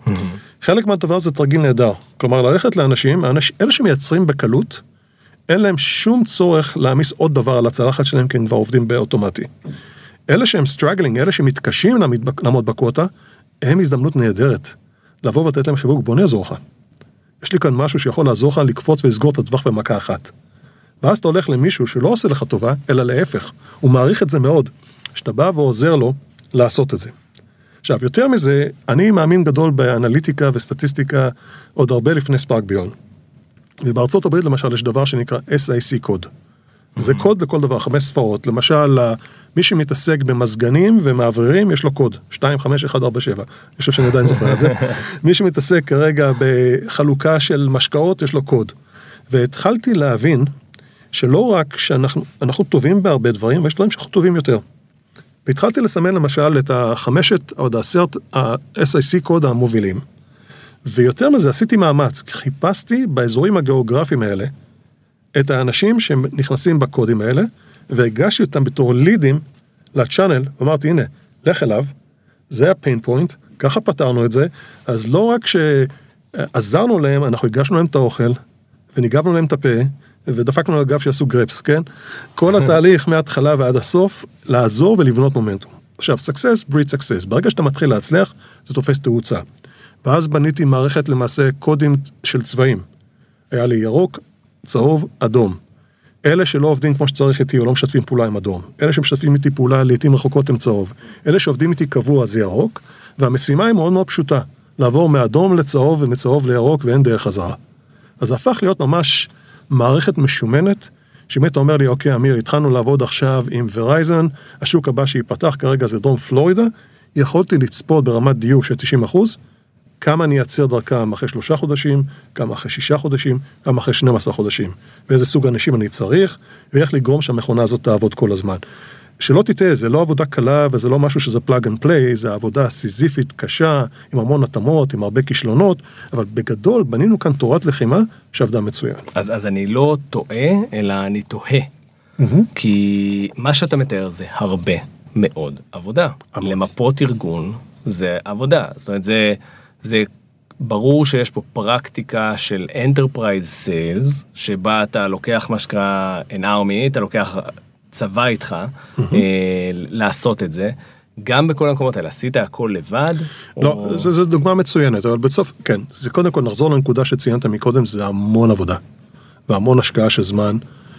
חלק מהדבר זה תרגיל נהדר. כלומר, ללכת לאנשים, אלה שמייצרים בקלות, אין להם שום צורך להעמיס עוד דבר על הצלחת שלהם, כי הם כבר עובדים באוטומטי. אלה שהם סטרגלינג, אלה שמתקשים לעמוד בקווטה, הם הזדמנות נהדרת. לבוא ולתת להם חיבוק, בוא נעזור לך. יש לי כאן משהו שיכול לעזור לך לקפוץ ולסגור את הטווח במכה אחת. ואז אתה הולך למישהו שלא עושה לך טובה, אלא להפך. הוא מעריך את זה מאוד. שאתה בא ועוזר לו לעשות את זה. עכשיו, יותר מזה, אני מאמין גדול באנליטיקה וסטטיסטיקה עוד הרבה לפני ספארק ביונד. ובארצות הברית, למשל, יש דבר שנקרא SIC קוד. זה קוד לכל דבר, 5 ספרות. למשל, מי שמתעסק במזגנים ומעברים, יש לו קוד, 25147. אני חושב שאני עדיין זוכר את זה. מי שמתעסק כרגע בחלוקה של משקאות, יש לו קוד. והתחלתי להבין שלא רק שאנחנו טובים בהרבה דברים, אבל יש דברים שאנחנו טובים יותר. והתחלתי לסמן למשל את החמשת או העשרת ה-SIC קוד המובילים. ויותר מזה, עשיתי מאמץ, חיפשתי באזורים הגיאוגרפיים האלה, את האנשים שנכנסים בקודים האלה, והגשתי אותם בתור לידים לצ'אנל, ואמרתי, הנה, לך אליו, זה הפיין פוינט, ככה פתרנו את זה, אז לא רק שעזרנו להם, אנחנו הגשנו להם את האוכל, וניגבנו להם את הפה, ודפקנו לגב שיעשו גרפס, כן? כל התהליך מההתחלה ועד הסוף, לעזור ולבנות מומנטום. עכשיו, success breed success. ברגע שאתה מתחיל להצליח, זה תופס תאוצה. ואז בניתי מערכת למעשה קודים של צבעים. היה לי ירוק, צהוב, אדום. אלה שלא עובדים כמו שצריך איתי או לא משתפים פעולה עם אדום. אלה שמשתפים איתי פעולה לעתים רחוקות הם צהוב. אלה שעובדים איתי קבוע זה ירוק, והמשימה היא מאוד מאוד פשוטה. לעבור מאדום לצהוב ומצהוב לירוק ואין דרך חזרה. אז זה הפך להיות ממש מערכת משומנת, שאם אתה אומר לי, אוקיי, אמיר, התחלנו לעבוד עכשיו עם ורייזן, השוק הבא שיפתח כרגע זה דרום פלורידה, יכולתי לצפות ברמת דיוק של 90%, כמה אני אייצר דרכם אחרי 3 חודשים, כמה אחרי 6 חודשים, כמה אחרי 12 חודשים, ואיזה סוג אנשים אני צריך, ואיך לגרום שהמכונה הזאת תעבוד כל הזמן. שלא תטעה, זה לא עבודה קלה, וזה לא משהו שזה plug and play, זה עבודה סיזיפית, קשה, עם המון התאמות, עם הרבה כישלונות, אבל בגדול בנינו כאן תורת לחימה שעבדה מצוין. אז אני לא טועה, אלא אני תוהה. כי מה שאתה מתאר זה הרבה מאוד עבודה. למפות ארגון זה עבודה. זאת אומרת, זה ברור שיש פה פרקטיקה של enterprise sales, שבה אתה לוקח מה שקרה an army, אתה לוקח צבא איתך לעשות את זה. גם בכל המקומות האלה, עשית הכל לבד? לא, זו דוגמה מצוינת, אבל בסוף, כן, זה קודם כל נחזור לנקודה שציינת מקודם, זה המון עבודה, והמון השקעה של זמן,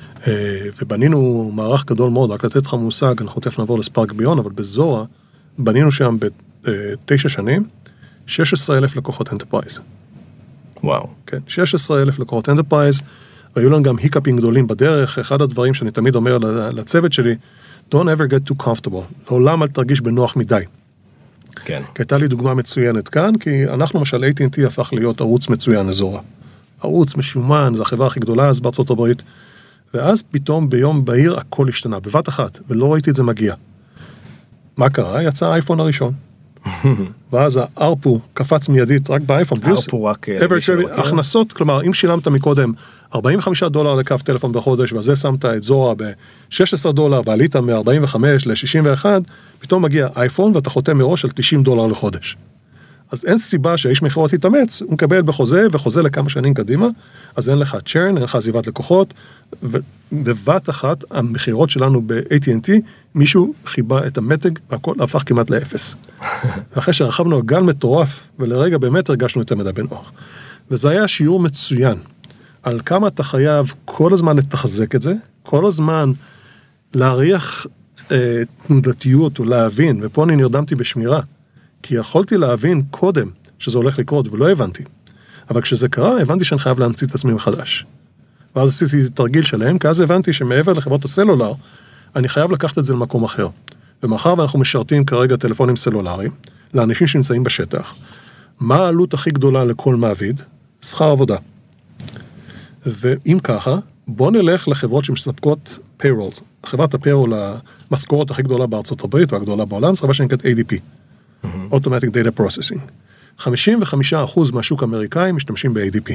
ובנינו מערך גדול מאוד, רק לתת לך מושג, אנחנו תכף נעבור לספארק ביון, אבל בזורה, בנינו שם ב9 שנים, 16,000 לקוחות אנטרפרייז. וואו. כן, 16,000 לקוחות אנטרפרייז, והיו לנו גם היקאפים גדולים בדרך, אחד הדברים שאני תמיד אומר לצוות שלי, don't ever get too comfortable, לעולם אל תרגיש בנוח מדי. כן. כי הייתה לי דוגמה מצוינת כאן, כי אנחנו למשל AT&T הפך להיות ערוץ מצוין לזורה. ערוץ משומן, זו החברה הכי גדולה אז בארצות הברית, ואז פתאום ביום בהיר הכל השתנה, בבת אחת, ולא ראיתי את זה מגיע. מה קרה? יצא האייפון הראשון. ואז הארפו קפץ מיידית רק באייפון. הארפו רק... הכנסות, כלומר, אם שילמת מקודם $45 לקו טלפון בחודש, וזה שמת את זורה ב$16, ועלית מ-45 ל-61, פתאום מגיע אייפון, ואתה חותם מראש על $90 לחודש. אז אין סיבה שהאיש מכירות יתאמץ, הוא מקבל בחוזה, וחוזה לכמה שנים קדימה, אז אין לך צ'רן, אין לך עזיבת לקוחות, ובבת אחת, המכירות שלנו ב-AT&T, מישהו חיבה את המתג, והכל הפך כמעט לאפס. ואחרי שרחבנו על גל מטורף, ולרגע באמת הרגשנו את המדע בנוח. וזה היה שיעור מצוין, על כמה אתה חייב כל הזמן לתחזק את זה, כל הזמן להריח תנודתיות ולהבין, ופה אני נרדמתי בשמירה, כי יכולתי להבין קודם שזה הולך לקרות, ולא הבנתי. אבל כשזה קרה, הבנתי שאני חייב להמציא את עצמי מחדש. ואז עשיתי תרגיל שלהם, כי אז הבנתי שמעבר לחברות הסלולר, אני חייב לקחת את זה למקום אחר. ומאחר ואנחנו משרתים כרגע טלפונים סלולריים, לאנשים שנמצאים בשטח, מה העלות הכי גדולה לכל מעביד? שכר עבודה. ואם ככה, בוא נלך לחברות שמספקות payroll. חברת הפיירול, המשכורת הכי גדולה בארצות הברית, והגדולה בעולם, חברה שנקראת ADP. Automatic Data Processing. 55% מהשוק האמריקאי משתמשים ב-ADP.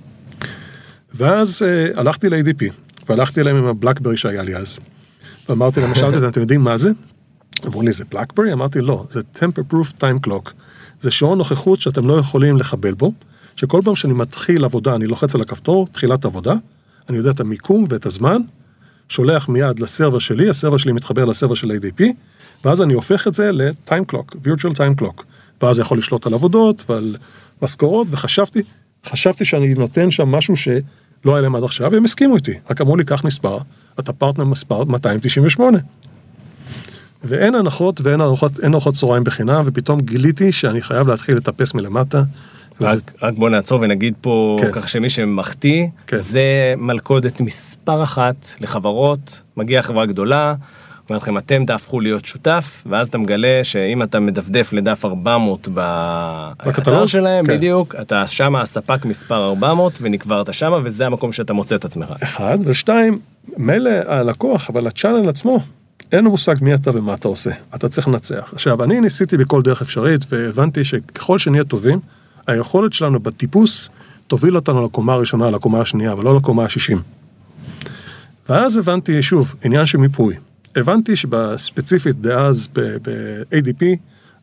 ואז הלכתי ל-ADP, והלכתי אליהם עם הבלקברי שהיה לי אז. ואמרתי להם, שאלתי אותם, אתם יודעים מה זה? אמרו לי, זה בלקברי? אמרתי, לא, זה Tamper Proof Time Clock. זה שעון נוכחות שאתם לא יכולים לחבל בו, שכל פעם שאני מתחיל עבודה, אני לוחץ על הכפתור, תחילת עבודה, אני יודע את המיקום ואת הזמן, שולח מיד לסרבר שלי, הסרבר שלי מתחבר לסרבר של ADP, ואז אני הופך את זה ל-Time Clock, Virtual Time Clock. ואז אני יכול לשלוט על עבודות ועל משכורות, וחשבתי שאני נותן שם משהו שלא היה להם עד עכשיו, והם הסכימו איתי. רק אמרו לי, כך מספר, אתה פרטנר מספר 298. ואין הנחות ואין ארוחות צהריים בחינם, ופתאום גיליתי שאני חייב להתחיל לטפס מלמטה. רק בוא נעצור ונגיד פה, כך שמי שמחטיא, זה מלכודת מספר אחת לחברות, מגיעה חברה גדולה, אומרת לכם, אתם תהפכו להיות שותף, ואז אתה מגלה שאם אתה מדפדף לדף 400 באתר שלהם, בדיוק, אתה שם הספק מספר 400, ונקברת שם, וזה המקום שאתה מוצא את עצמך. 1, ו2, מילא הלקוח, אבל הצ'אנל עצמו, אין לו מושג מי אתה ומה אתה עושה. אתה צריך לנצח. עכשיו, אני ניסיתי בכל דרך אפשרית, והבנתי שככל שנהיה טובים, היכולת שלנו בטיפוס תוביל אותנו לקומה הראשונה, לקומה השנייה, אבל לא לקומה ה-60. ואז הבנתי, שוב, עניין של מיפוי. הבנתי שבספציפית דאז ב-ADP,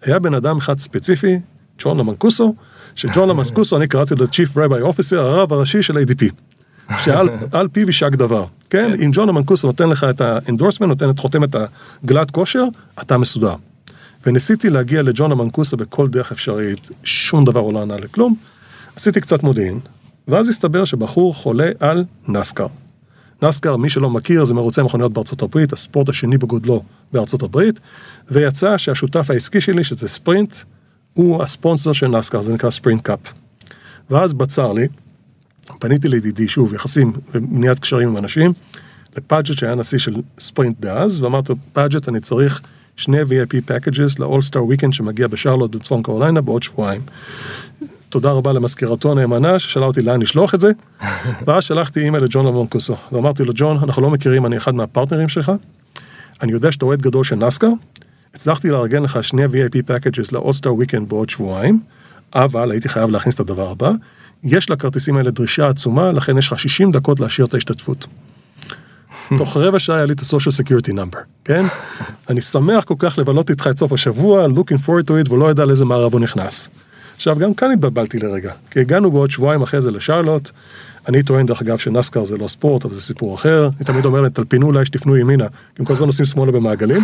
היה בן אדם אחד ספציפי, ג'ון למנקוסו, שג'ון למנקוסו, אני קראתי לו Chief Rabbi Officer, הרב הראשי של ADP, שעל פיו יישק דבר, כן? אם ג'ון למנקוסו נותן לך את האנדורסמנט, נותן את חותמת הגלת כושר, אתה מסודר. וניסיתי להגיע לג'ון למנקוסו בכל דרך אפשרית, שום דבר לא ענה לכלום, עשיתי קצת מודיעין, ואז הסתבר שבחור חולה על נסקר. נסקר, מי שלא מכיר, זה מרוצי מכוניות בארצות הברית, הספורט השני בגודלו בארצות הברית, ויצא שהשותף העסקי שלי, שזה ספרינט, הוא הספונסר של נסקר, זה נקרא ספרינט קאפ. ואז בצר לי, פניתי לידידי, שוב, יחסים ובניית קשרים עם אנשים, לפאג'ט שהיה נשיא של ספרינט דאז, ואמרתי, פאג'ט, אני צריך 2 VIP packages ל-All-Star Weekend שמגיע בשרלוט בצפון קרוליינה בעוד שבועיים. תודה רבה למזכירתו הנאמנה, ששאלה אותי לאן לשלוח את זה, ואז שלחתי אימייל לג'ון למנקוסו, ואמרתי לו, ג'ון, אנחנו לא מכירים, אני אחד מהפרטנרים שלך, אני יודע שאתה אוהד גדול של נסקר, הצלחתי לארגן לך 2 VIP packages ל-All-Star Weekend בעוד שבועיים, אבל הייתי חייב להכניס את הדבר הבא, יש לכרטיסים האלה דרישה עצומה, לכן יש לך 60 דקות להשאיר את ההשתתפות. תוך רבע שעה היה לי את ה-Social Security Number, כן? אני שמח כל כך לבלות איתך את סוף השבוע, looking forward to it, ולא יודע לאיזה מערב הוא נכנס. עכשיו, גם כאן התבלבלתי לרגע, כי הגענו בעוד שבועיים אחרי זה לשרלוט, אני טוען דרך אגב שנסקר זה לא ספורט, אבל זה סיפור אחר, אני תמיד אומר להם, תלפינו אולי שתפנו ימינה, כי הם כל הזמן עושים שמאלה במעגלים,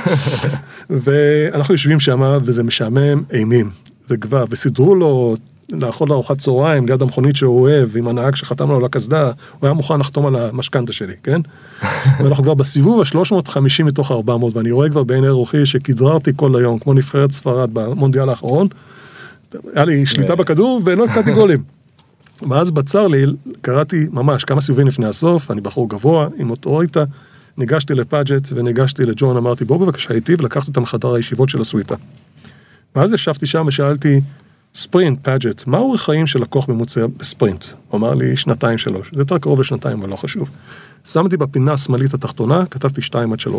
ואנחנו יושבים שם, וזה משעמם אימים, וגבר, וסידרו לו לאכול לארוחת צהריים, ליד המכונית שהוא אוהב, עם הנהג שחתם לו על הקסדה, הוא היה מוכן לחתום על המשכנתה שלי, כן? ואנחנו כבר בסיבוב ה-350 מתוך 400, ואני רואה כבר בעיני רוחי שכדררתי כל היום, כמו נבחרת ספרד במונדיאל האחרון, היה לי שליטה בכדור ולא הפקעתי גולים. ואז בצר לי, קראתי ממש כמה סיבובים לפני הסוף, אני בחור גבוה, עם אוטוריטה, ניגשתי לפאג'ט וניגשתי לג'ון, אמרתי, בוא בבקשה איתי, ולקחתי אותם לחדר הישיבות של הסוויטה. ואז ישבתי שם ושאלתי, ספרינט, פאג'ט, מה אורך חיים של לקוח ממוצע בספרינט? הוא אמר לי 2-3, זה יותר קרוב ל2, אבל לא חשוב. שמתי בפינה השמאלית התחתונה, כתבתי 2-3.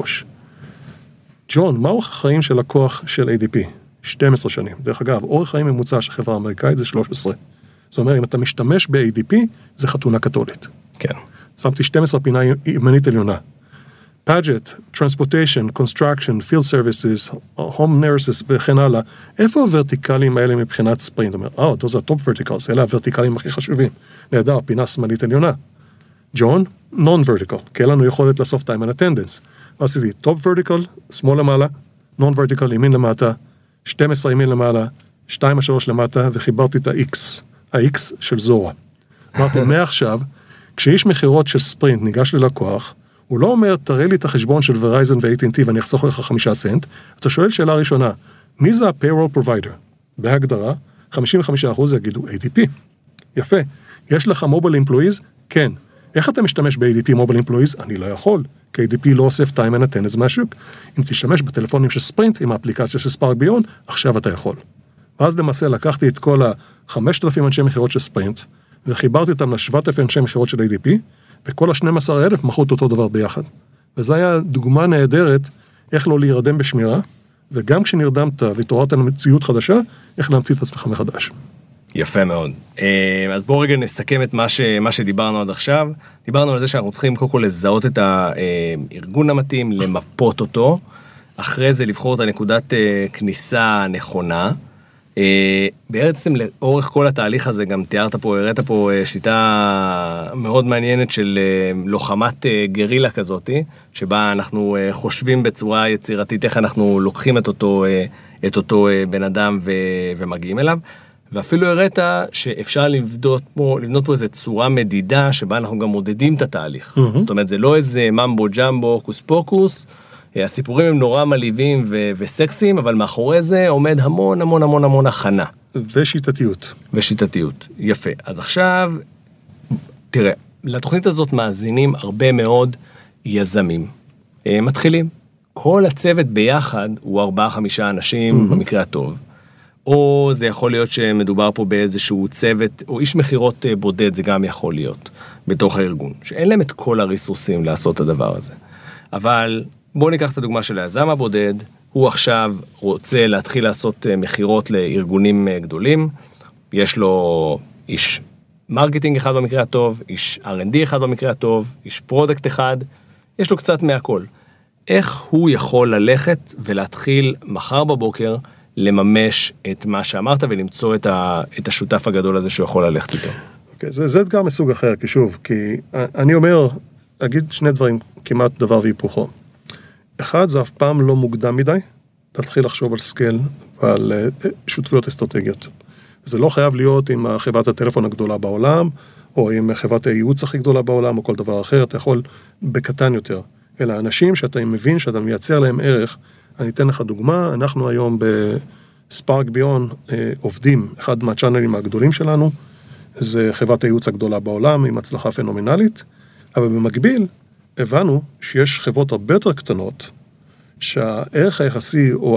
ג'ון, מה אורך החיים של לקוח של ADP? 12 שנים. דרך אגב, אורך חיים ממוצע של חברה אמריקאית זה 13. זאת אומרת, אם אתה משתמש ב-ADP, זה חתונה קתולית. כן. שמתי 12 פינה ימנית עליונה. Paget, Transportation, Construction, Field Services, Home Nurses וכן הלאה. איפה הוורטיקלים האלה מבחינת ספרינט? אומר, those are top verticals, אלה הוורטיקלים הכי חשובים. נהדר, פינה שמאלית עליונה. ג'ון, non-vertical, כי אין לנו יכולת לאסוף time and attendance. ועשיתי top vertical, שמאל למעלה, non-vertical, ימין למטה, 12 ימין למעלה, 2-3 למטה, וחיברתי את ה-X של זורה. אמרתי, מעכשיו, כשיש מחירות של ספרינט ניגש ללקוח, הוא לא אומר, תראה לי את החשבון של ורייזן ו-AT&T ואני אחסוך לך 5 סנט, אתה שואל שאלה ראשונה, מי זה ה-payroll provider? בהגדרה, 55% יגידו ADP. יפה. יש לך mobile employees? כן. איך אתה משתמש ב-ADP mobile employees? אני לא יכול, כי ADP לא אוסף time and attendance מהשוק. אם תשתמש בטלפונים של ספרינט, עם האפליקציה של ספארק ביון, עכשיו אתה יכול. ואז למעשה לקחתי את כל ה-5,000 אנשי מחירות של ספרינט, וחיברתי אותם ל-7,000 אנשי מחירות של ADP, וכל ה-12,000 מכרו את אותו דבר ביחד. וזו היה דוגמה נהדרת איך לא להירדם בשמירה, וגם כשנרדמת והתעוררת למציאות חדשה, איך להמציא את עצמך מחדש. יפה מאוד. אז בואו רגע נסכם את מה שדיברנו עד עכשיו. דיברנו על זה שאנחנו צריכים קודם כל לזהות את הארגון המתאים, למפות אותו, אחרי זה לבחור את הנקודת כניסה הנכונה. בעצם לאורך כל התהליך הזה גם תיארת פה, הראת פה שיטה מאוד מעניינת של לוחמת גרילה כזאת, שבה אנחנו חושבים בצורה יצירתית איך אנחנו לוקחים את אותו בן אדם ומגיעים אליו, ואפילו הראת שאפשר לבנות פה איזו צורה מדידה שבה אנחנו גם מודדים את התהליך. זאת אומרת, זה לא איזה ממבו ג'מבו, קוס פוקוס, הסיפורים הם נורא מלהיבים וסקסיים, אבל מאחורי זה עומד המון המון המון המון הכנה. ושיטתיות. יפה. אז עכשיו, תראה, לתוכנית הזאת מאזינים הרבה מאוד יזמים. מתחילים. כל הצוות ביחד הוא 4-5 אנשים במקרה הטוב. או זה יכול להיות שמדובר פה באיזשהו צוות, או איש מחירות בודד, זה גם יכול להיות בתוך הארגון. שאין להם את כל הריסוסים לעשות את הדבר הזה. אבל בואו ניקח את הדוגמה של היזם הבודד, הוא עכשיו רוצה להתחיל לעשות מחירות לארגונים גדולים, יש לו איש מרקטינג אחד במקרה הטוב, איש R&D אחד במקרה הטוב, איש פרודקט אחד, יש לו קצת מהכל. איך הוא יכול ללכת ולהתחיל מחר בבוקר לממש את מה שאמרת ולמצוא את השותף הגדול הזה שיכול ללכת איתו. זה אתגר מסוג אחר, כי שוב, כי אני אומר, אגיד שני דברים, כמעט דבר והיפוכו. אחד, זה אף פעם לא מוקדם מדי, להתחיל לחשוב על סקייל ועל שותפויות אסטרטגיות. זה לא חייב להיות עם חברת הטלפון הגדולה בעולם, או עם חברת הייעוץ הכי גדולה בעולם, או כל דבר אחר, אתה יכול בקטן יותר. אלא אנשים שאתה מבין שאתה מייצר להם ערך. אני אתן לך דוגמה, אנחנו היום בספארק ביון עובדים, אחד מהצ'אנלים הגדולים שלנו, זה חברת הייעוץ הגדולה בעולם, עם הצלחה פנומנלית, אבל במקביל הבנו שיש חברות הרבה יותר קטנות, שהערך היחסי או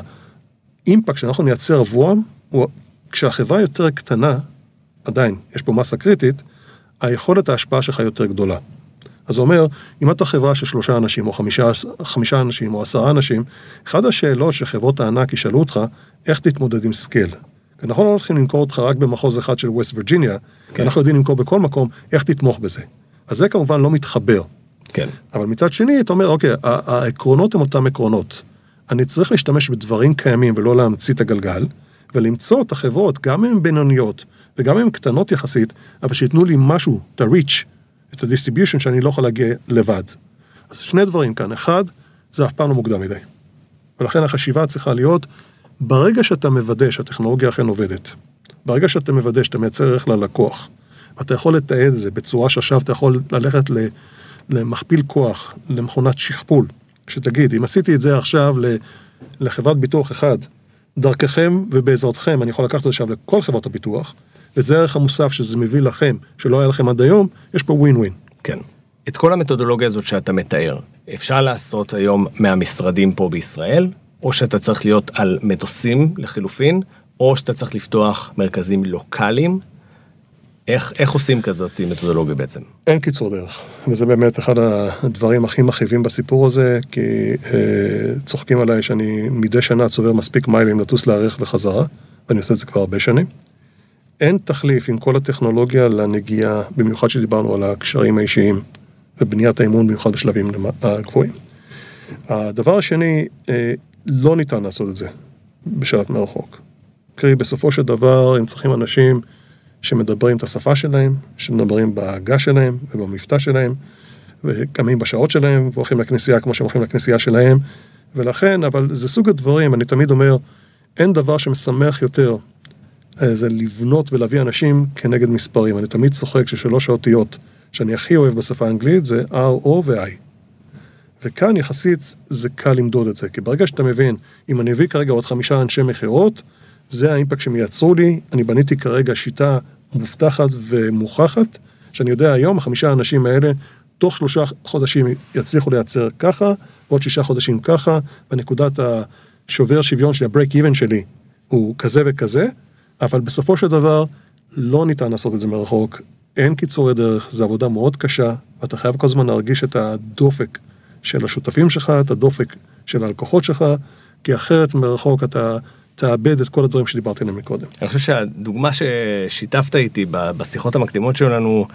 האימפקט שאנחנו נייצר עבורם, כשהחברה יותר קטנה, עדיין, יש פה מסה קריטית, היכולת ההשפעה שלך יותר גדולה. אז זה אומר, אם אתה חברה של 3 אנשים, או 5 אנשים, או 10 אנשים, אחד השאלות שחברות הענק ישאלו אותך, איך תתמודד עם סקייל? כי אנחנו לא הולכים למכור אותך רק במחוז אחד של ווסט וירג'יניה, כי אנחנו יודעים למכור בכל מקום, איך תתמוך בזה. אז זה כמובן לא מתחבר. כן. אבל מצד שני, אתה אומר, אוקיי, העקרונות הם אותם עקרונות. אני צריך להשתמש בדברים קיימים ולא להמציא את הגלגל, ולמצוא את החברות, גם הן בינוניות, וגם הן קטנות יחסית, אבל שיתנו לי משהו, את ה-reach, את ה-distribution שאני לא יכול להגיע לבד. אז שני דברים כאן. אחד, זה אף פעם לא מוקדם מדי. ולכן החשיבה צריכה להיות, ברגע שאתה מוודא שהטכנולוגיה אכן עובדת, ברגע שאתה מוודא שאתה מייצר ערך ללקוח, אתה יכול לתעד את זה בצורה שעכשיו אתה יכול ללכת למכפיל כוח, למכונת שכפול, שתגיד, אם עשיתי את זה עכשיו לחברת ביטוח אחד, דרככם ובעזרתכם, אני יכול לקחת את זה עכשיו לכל חברות הביטוח, לזה ערך המוסף שזה מביא לכם, שלא היה לכם עד היום, יש פה ווין ווין. כן. את כל המתודולוגיה הזאת שאתה מתאר, אפשר לעשות היום מהמשרדים פה בישראל, או שאתה צריך להיות על מטוסים לחילופין, או שאתה צריך לפתוח מרכזים לוקליים. איך עושים כזאת מתודולוגיה בעצם? אין קיצור דרך, וזה באמת אחד הדברים הכי מכאיבים בסיפור הזה, כי צוחקים עליי שאני מדי שנה צובר מספיק מיילים לטוס לארח וחזרה, ואני עושה את זה כבר הרבה שנים. אין תחליף עם כל הטכנולוגיה לנגיעה, במיוחד שדיברנו על הקשרים האישיים, ובניית האמון במיוחד בשלבים הגבוהים. הדבר השני, לא ניתן לעשות את זה בשלט מרחוק. קרי, בסופו של דבר הם צריכים אנשים שמדברים את השפה שלהם, שמדברים בהגה שלהם ובמבטא שלהם, וקמים בשעות שלהם, והולכים לכנסייה כמו שהם הולכים לכנסייה שלהם, ולכן, אבל זה סוג הדברים, אני תמיד אומר, אין דבר שמשמח יותר, זה לבנות ולהביא אנשים כנגד מספרים. אני תמיד צוחק ששלוש האותיות שאני הכי אוהב בשפה האנגלית, זה R, O ו-I. וכאן יחסית זה קל למדוד את זה, כי ברגע שאתה מבין, אם אני אביא כרגע עוד 5 אנשי מחירות, זה האימפקט שהם ייצרו לי, אני בניתי כרגע שיטה מובטחת ומוכחת, שאני יודע היום, 5 האנשים האלה, תוך 3 חודשים יצליחו לייצר ככה, עוד 6 חודשים ככה, בנקודת השובר שוויון שלי, ה-break even שלי, הוא כזה וכזה, אבל בסופו של דבר, לא ניתן לעשות את זה מרחוק, אין קיצורי דרך, זו עבודה מאוד קשה, ואתה חייב כל הזמן להרגיש את הדופק של השותפים שלך, את הדופק של הלקוחות שלך, כי אחרת מרחוק אתה תאבד את כל הדברים שדיברתי עליהם מקודם. אני חושב שהדוגמה ששיתפת איתי בשיחות המקדימות שלנו,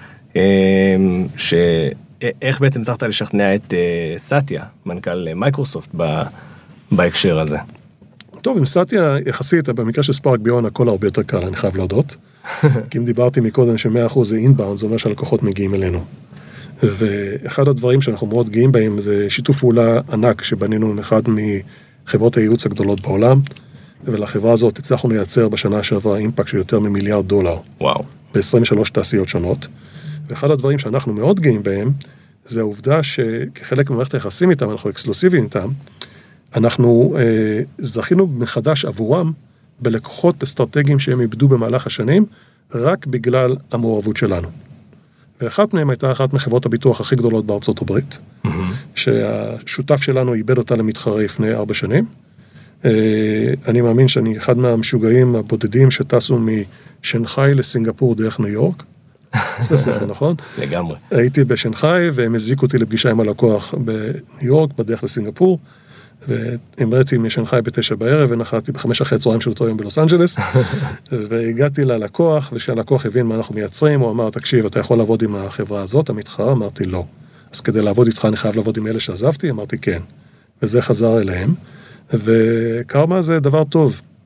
שאיך בעצם הצלחת לשכנע את סאטיה, מנכ"ל מייקרוסופט, בהקשר הזה. טוב, עם סאטיה יחסית, במקרה של ספארק ביון, הכל הרבה יותר קל, אני חייב להודות. כי אם דיברתי מקודם ש100% זה אינבאונד, זה אומר שהלקוחות מגיעים אלינו. ואחד הדברים שאנחנו מאוד גאים בהם, זה שיתוף פעולה ענק שבנינו עם אחד מחברות הייעוץ הגדולות בעולם, ולחברה הזאת הצלחנו לייצר בשנה שעברה אימפקט של יותר מ$1 מיליארד. וואו. ב-23 תעשיות שונות. ואחד הדברים שאנחנו מאוד גאים בהם, זה העובדה שכחלק ממערכת היחסים איתם, אנחנו אקסקלוסיביים איתם, אנחנו זכינו מחדש עבורם בלקוחות אסטרטגיים שהם איבדו במהלך השנים, רק בגלל המעורבות שלנו. ואחת מהם הייתה אחת מחברות הביטוח הכי גדולות בארצות הברית, שהשותף שלנו איבד אותה למתחרה לפני 4 שנים. אני מאמין שאני אחד מהמשוגעים הבודדים שטסו משנגחאי לסינגפור דרך ניו יורק. זה סכם, נכון? לגמרי. הייתי בשנגחאי והם הזיקו אותי לפגישה עם הלקוח בניו יורק, בדרך לסינגפור, והמראתי משנגחאי ב9 בערב ונחתי ב5:00 של אותו יום בלוס אנג'לס, והגעתי ללקוח, ושהלקוח הבין מה אנחנו מייצרים, הוא אמר, תקשיב, אתה יכול לעבוד עם החברה הזאת, המתחרה? אמרתי, לא. אז כדי לעבוד איתך אני חייב לעבוד עם אלה שעזבתי? אמרתי, כן. וזה חזר אליהם, וקרמה זה דבר טוב.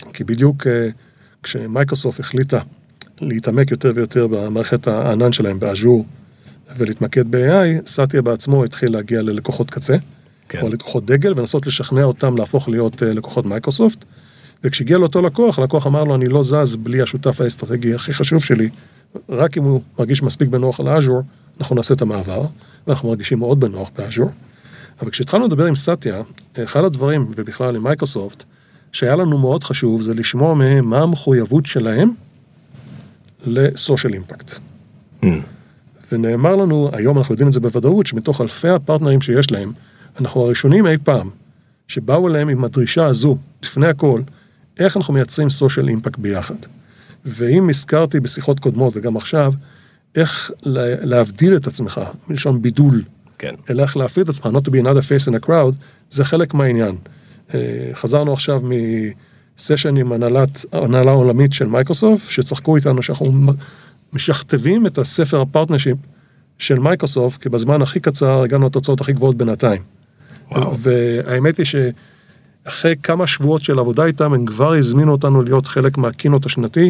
כי בדיוק כשמייקרוסופט החליטה להתעמק יותר ויותר במערכת הענן שלהם באז'ור, ולהתמקד ב-AI, סאטיה בעצמו התחיל להגיע ללקוחות קצה, או לקוחות דגל, ונסות לשכנע אותם להפוך להיות לקוחות מייקרוסופט, וכשהגיע לאותו לקוח, הלקוח אמר לו, אני לא זז בלי השותף האסטרטגי הכי חשוב שלי, רק אם הוא מרגיש מספיק בנוח על האז'ור, אנחנו נעשה את המעבר, ואנחנו מרגישים מאוד בנוח באז'ור. אבל כשהתחלנו לדבר עם סאטיה, אחד הדברים, ובכלל עם מייקרוסופט, שהיה לנו מאוד חשוב, זה לשמוע מהם מה המחויבות שלהם לסושיאל אימפקט. ונאמר לנו, היום אנחנו יודעים את זה בוודאות, שמתוך אלפי הפרטנרים שיש להם, אנחנו הראשונים אי פעם, שבאו אליהם עם הדרישה הזו, לפני הכל, איך אנחנו מייצרים סושיאל אימפקט ביחד. ואם הזכרתי בשיחות קודמות וגם עכשיו, איך להבדיל את עצמך, מלשון בידול, כן. אלא איך להפריד את עצמך, not to be another face in a crowd, זה חלק מהעניין. חזרנו עכשיו מסשן עם הנהלה עולמית של מייקרוסופט, שצחקו איתנו שאנחנו משכתבים את הספר הפרטנרשיפ של מייקרוסופט, כי בזמן הכי קצר הגענו לתוצאות הכי גבוהות בינתיים. והאמת היא שאחרי כמה שבועות של עבודה איתם, הם כבר הזמינו אותנו להיות חלק מהקינות השנתי,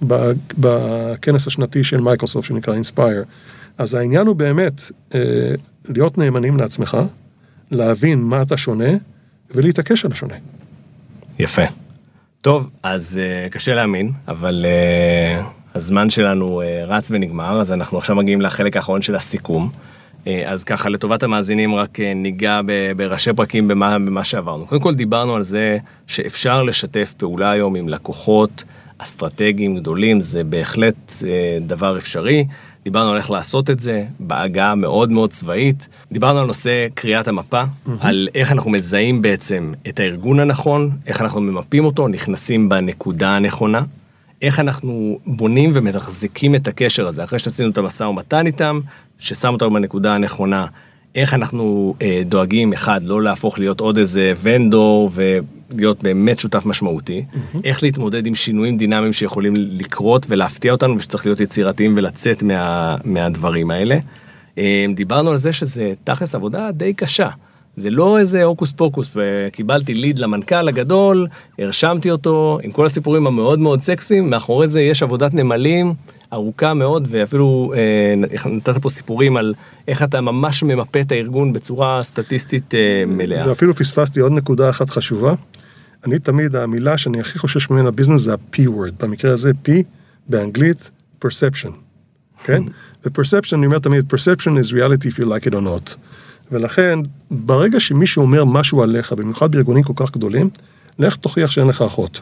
בכנס השנתי של מייקרוסופט, שנקרא Inspire. אז העניין הוא באמת להיות נאמנים לעצמך, להבין מה אתה שונה, ולהתעקש על השונה. יפה. טוב, אז קשה להאמין, אבל הזמן שלנו רץ ונגמר, אז אנחנו עכשיו מגיעים לחלק האחרון של הסיכום. אז ככה, לטובת המאזינים, רק ניגע בראשי פרקים במה שעברנו. קודם כל דיברנו על זה שאפשר לשתף פעולה היום עם לקוחות אסטרטגיים גדולים, זה בהחלט דבר אפשרי. דיברנו על איך לעשות את זה, בהגעה מאוד מאוד צבאית. דיברנו על נושא קריאת המפה, על איך אנחנו מזהים בעצם את הארגון הנכון, איך אנחנו ממפים אותו, נכנסים בנקודה הנכונה, איך אנחנו בונים ומתחזקים את הקשר הזה, אחרי שעשינו את המשא ומתן איתם, ששמו אותנו בנקודה הנכונה, איך אנחנו דואגים, אחד, לא להפוך להיות עוד איזה ונדור, ולהיות באמת שותף משמעותי, איך להתמודד עם שינויים דינמיים שיכולים לקרות ולהפתיע אותנו, ושצריך להיות יצירתיים ולצאת מהדברים האלה. דיברנו על זה שזה תכלס עבודה די קשה. זה לא איזה הוקוס פוקוס, וקיבלתי ליד למנכ"ל הגדול, הרשמתי אותו, עם כל הסיפורים המאוד מאוד סקסיים, מאחורי זה יש עבודת נמלים ארוכה מאוד, ואפילו נתת פה סיפורים על איך אתה ממש ממפה את הארגון בצורה סטטיסטית מלאה. ואפילו פספסתי עוד נקודה אחת חשובה, אני תמיד, המילה שאני הכי חושש ממנה ביזנס זה ה-P-word, במקרה הזה P, באנגלית, perception, כן? ו-perception, אני אומר תמיד, perception is reality if you like it or not. ולכן, ברגע שמישהו אומר משהו עליך, במיוחד בארגונים כל כך גדולים, לך תוכיח שאין לך אחות.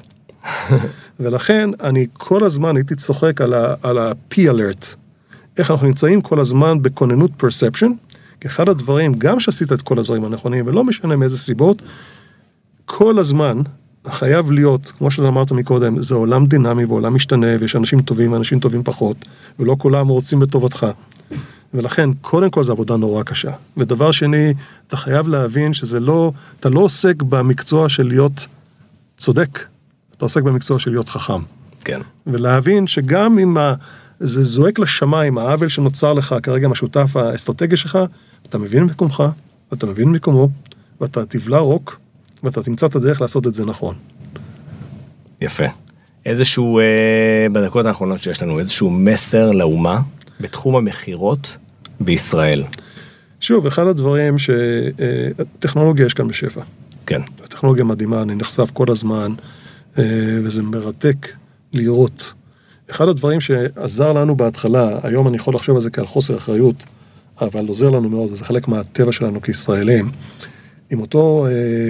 ולכן, אני כל הזמן הייתי צוחק על ה-P-alert, איך אנחנו נמצאים כל הזמן בכוננות perception, כי אחד הדברים, גם שעשית את כל הדברים הנכונים, ולא משנה מאיזה סיבות, כל הזמן חייב להיות, כמו שאמרת מקודם, זה עולם דינמי ועולם משתנה, ויש אנשים טובים ואנשים טובים פחות, ולא כולם רוצים בטובתך. ולכן, קודם כל, זו עבודה נורא קשה. ודבר שני, אתה חייב להבין שזה לא, אתה לא עוסק במקצוע של להיות צודק, אתה עוסק במקצוע של להיות חכם. כן. ולהבין שגם אם זה זועק לשמיים, העוול שנוצר לך כרגע מהשותף האסטרטגי שלך, אתה מבין מקומך, ואתה מבין מקומו, ואתה תבלע רוק, ואתה תמצא את הדרך לעשות את זה נכון. יפה. איזשהו, בדקות האחרונות שיש לנו, איזשהו מסר לאומה, בתחום המחירות בישראל. שוב, אחד הדברים שטכנולוגיה יש כאן בשפע. כן. הטכנולוגיה מדהימה, אני נחשף כל הזמן, וזה מרתק לראות. אחד הדברים שעזר לנו בהתחלה, היום אני יכול לחשוב על זה כעל חוסר אחריות, אבל עוזר לנו מאוד, וזה חלק מהטבע שלנו כישראלים, עם אותו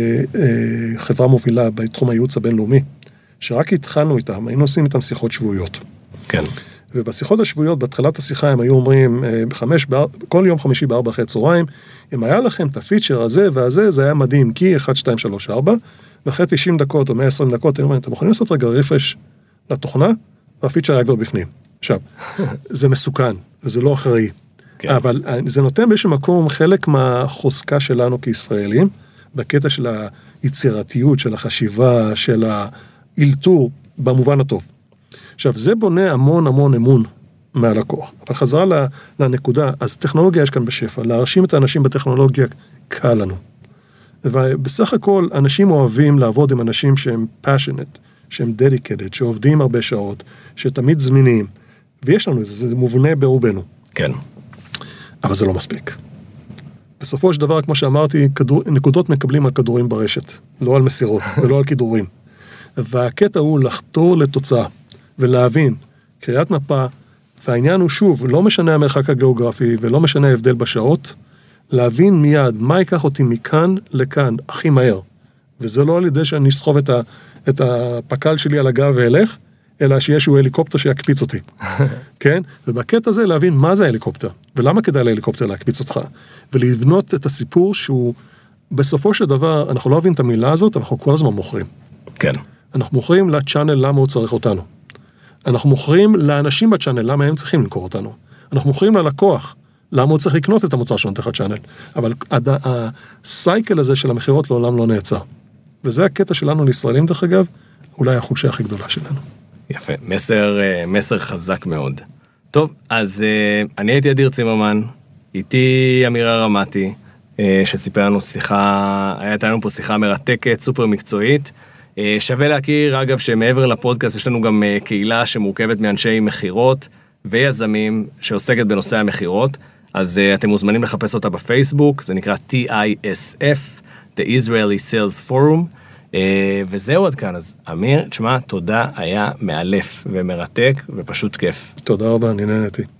חברה מובילה בתחום הייעוץ הבינלאומי, שרק התחלנו איתם, היינו עושים איתם שיחות שבועיות. כן. ובשיחות השבועיות, בתחילת השיחה, הם היו אומרים, כל יום חמישי ב4 אחרי צהריים, אם היה לכם את הפיצ'ר הזה והזה, זה היה מדהים, כי 1, 2, 3, 4, ואחרי 90 דקות או 120 דקות, הם אומרים, אתם יכולים לעשות רגע רפרש לתוכנה, והפיצ'ר היה כבר בפנים. עכשיו, זה מסוכן, וזה לא אחראי. כן. אבל זה נותן באיזשהו מקום חלק מהחוזקה שלנו כישראלים, בקטע של היצירתיות, של החשיבה, של האילתור, במובן הטוב. עכשיו, זה בונה המון המון אמון מהלקוח. אבל חזרה לנקודה, אז טכנולוגיה יש כאן בשפע. להרשים את האנשים בטכנולוגיה קל לנו. ובסך הכל, אנשים אוהבים לעבוד עם אנשים שהם passionate, שהם dedicated, שעובדים הרבה שעות, שתמיד זמינים, ויש לנו, זה מובנה ברובנו. כן. אבל זה לא מספיק. בסופו של דבר, כמו שאמרתי, נקודות מקבלים על כדורים ברשת, לא על מסירות ולא על כידורים. והקטע הוא לחתור לתוצאה, ולהבין, קריאת מפה, והעניין הוא שוב, לא משנה המרחק הגיאוגרפי, ולא משנה ההבדל בשעות, להבין מיד מה ייקח אותי מכאן לכאן, הכי מהר. וזה לא על ידי שאני אסחוב את הפקל שלי על הגב ואלך, אלא שיש הוא הליקופטר שיקפיץ אותי. כן? ובקטע הזה להבין מה זה ההליקופטר, ולמה כדאי להליקופטר להקפיץ אותך, ולבנות את הסיפור שהוא, בסופו של דבר, אנחנו לא אוהבים את המילה הזאת, אנחנו כל הזמן מוכרים. כן. אנחנו מוכרים לצ'אנל למה הוא צריך אותנו. אנחנו מוכרים לאנשים בצ'אנל למה הם צריכים למכור אותנו. אנחנו מוכרים ללקוח למה הוא צריך לקנות את המוצר שלנו תחת צ'אנל. אבל הסייקל הזה של המחירות לעולם לא נעצר. וזה הקטע שלנו לישראלים דרך אגב, אולי החולשה הכי גדולה שלנו. יפה, מסר חזק מאוד. טוב, אז אני הייתי אדיר צימרמן, איתי אמירה רמתי, שסיפר לנו שיחה, הייתה לנו פה שיחה מרתקת, סופר מקצועית. שווה להכיר, אגב, שמעבר לפודקאסט יש לנו גם קהילה שמורכבת מאנשי מחירות ויזמים שעוסקת בנושא המחירות, אז אתם מוזמנים לחפש אותה בפייסבוק, זה נקרא TISF, The Israeli Sales Forum, וזהו עד כאן. אז אמיר, תשמע, תודה, היה מאלף ומרתק ופשוט כיף. תודה רבה, אני נהניתי.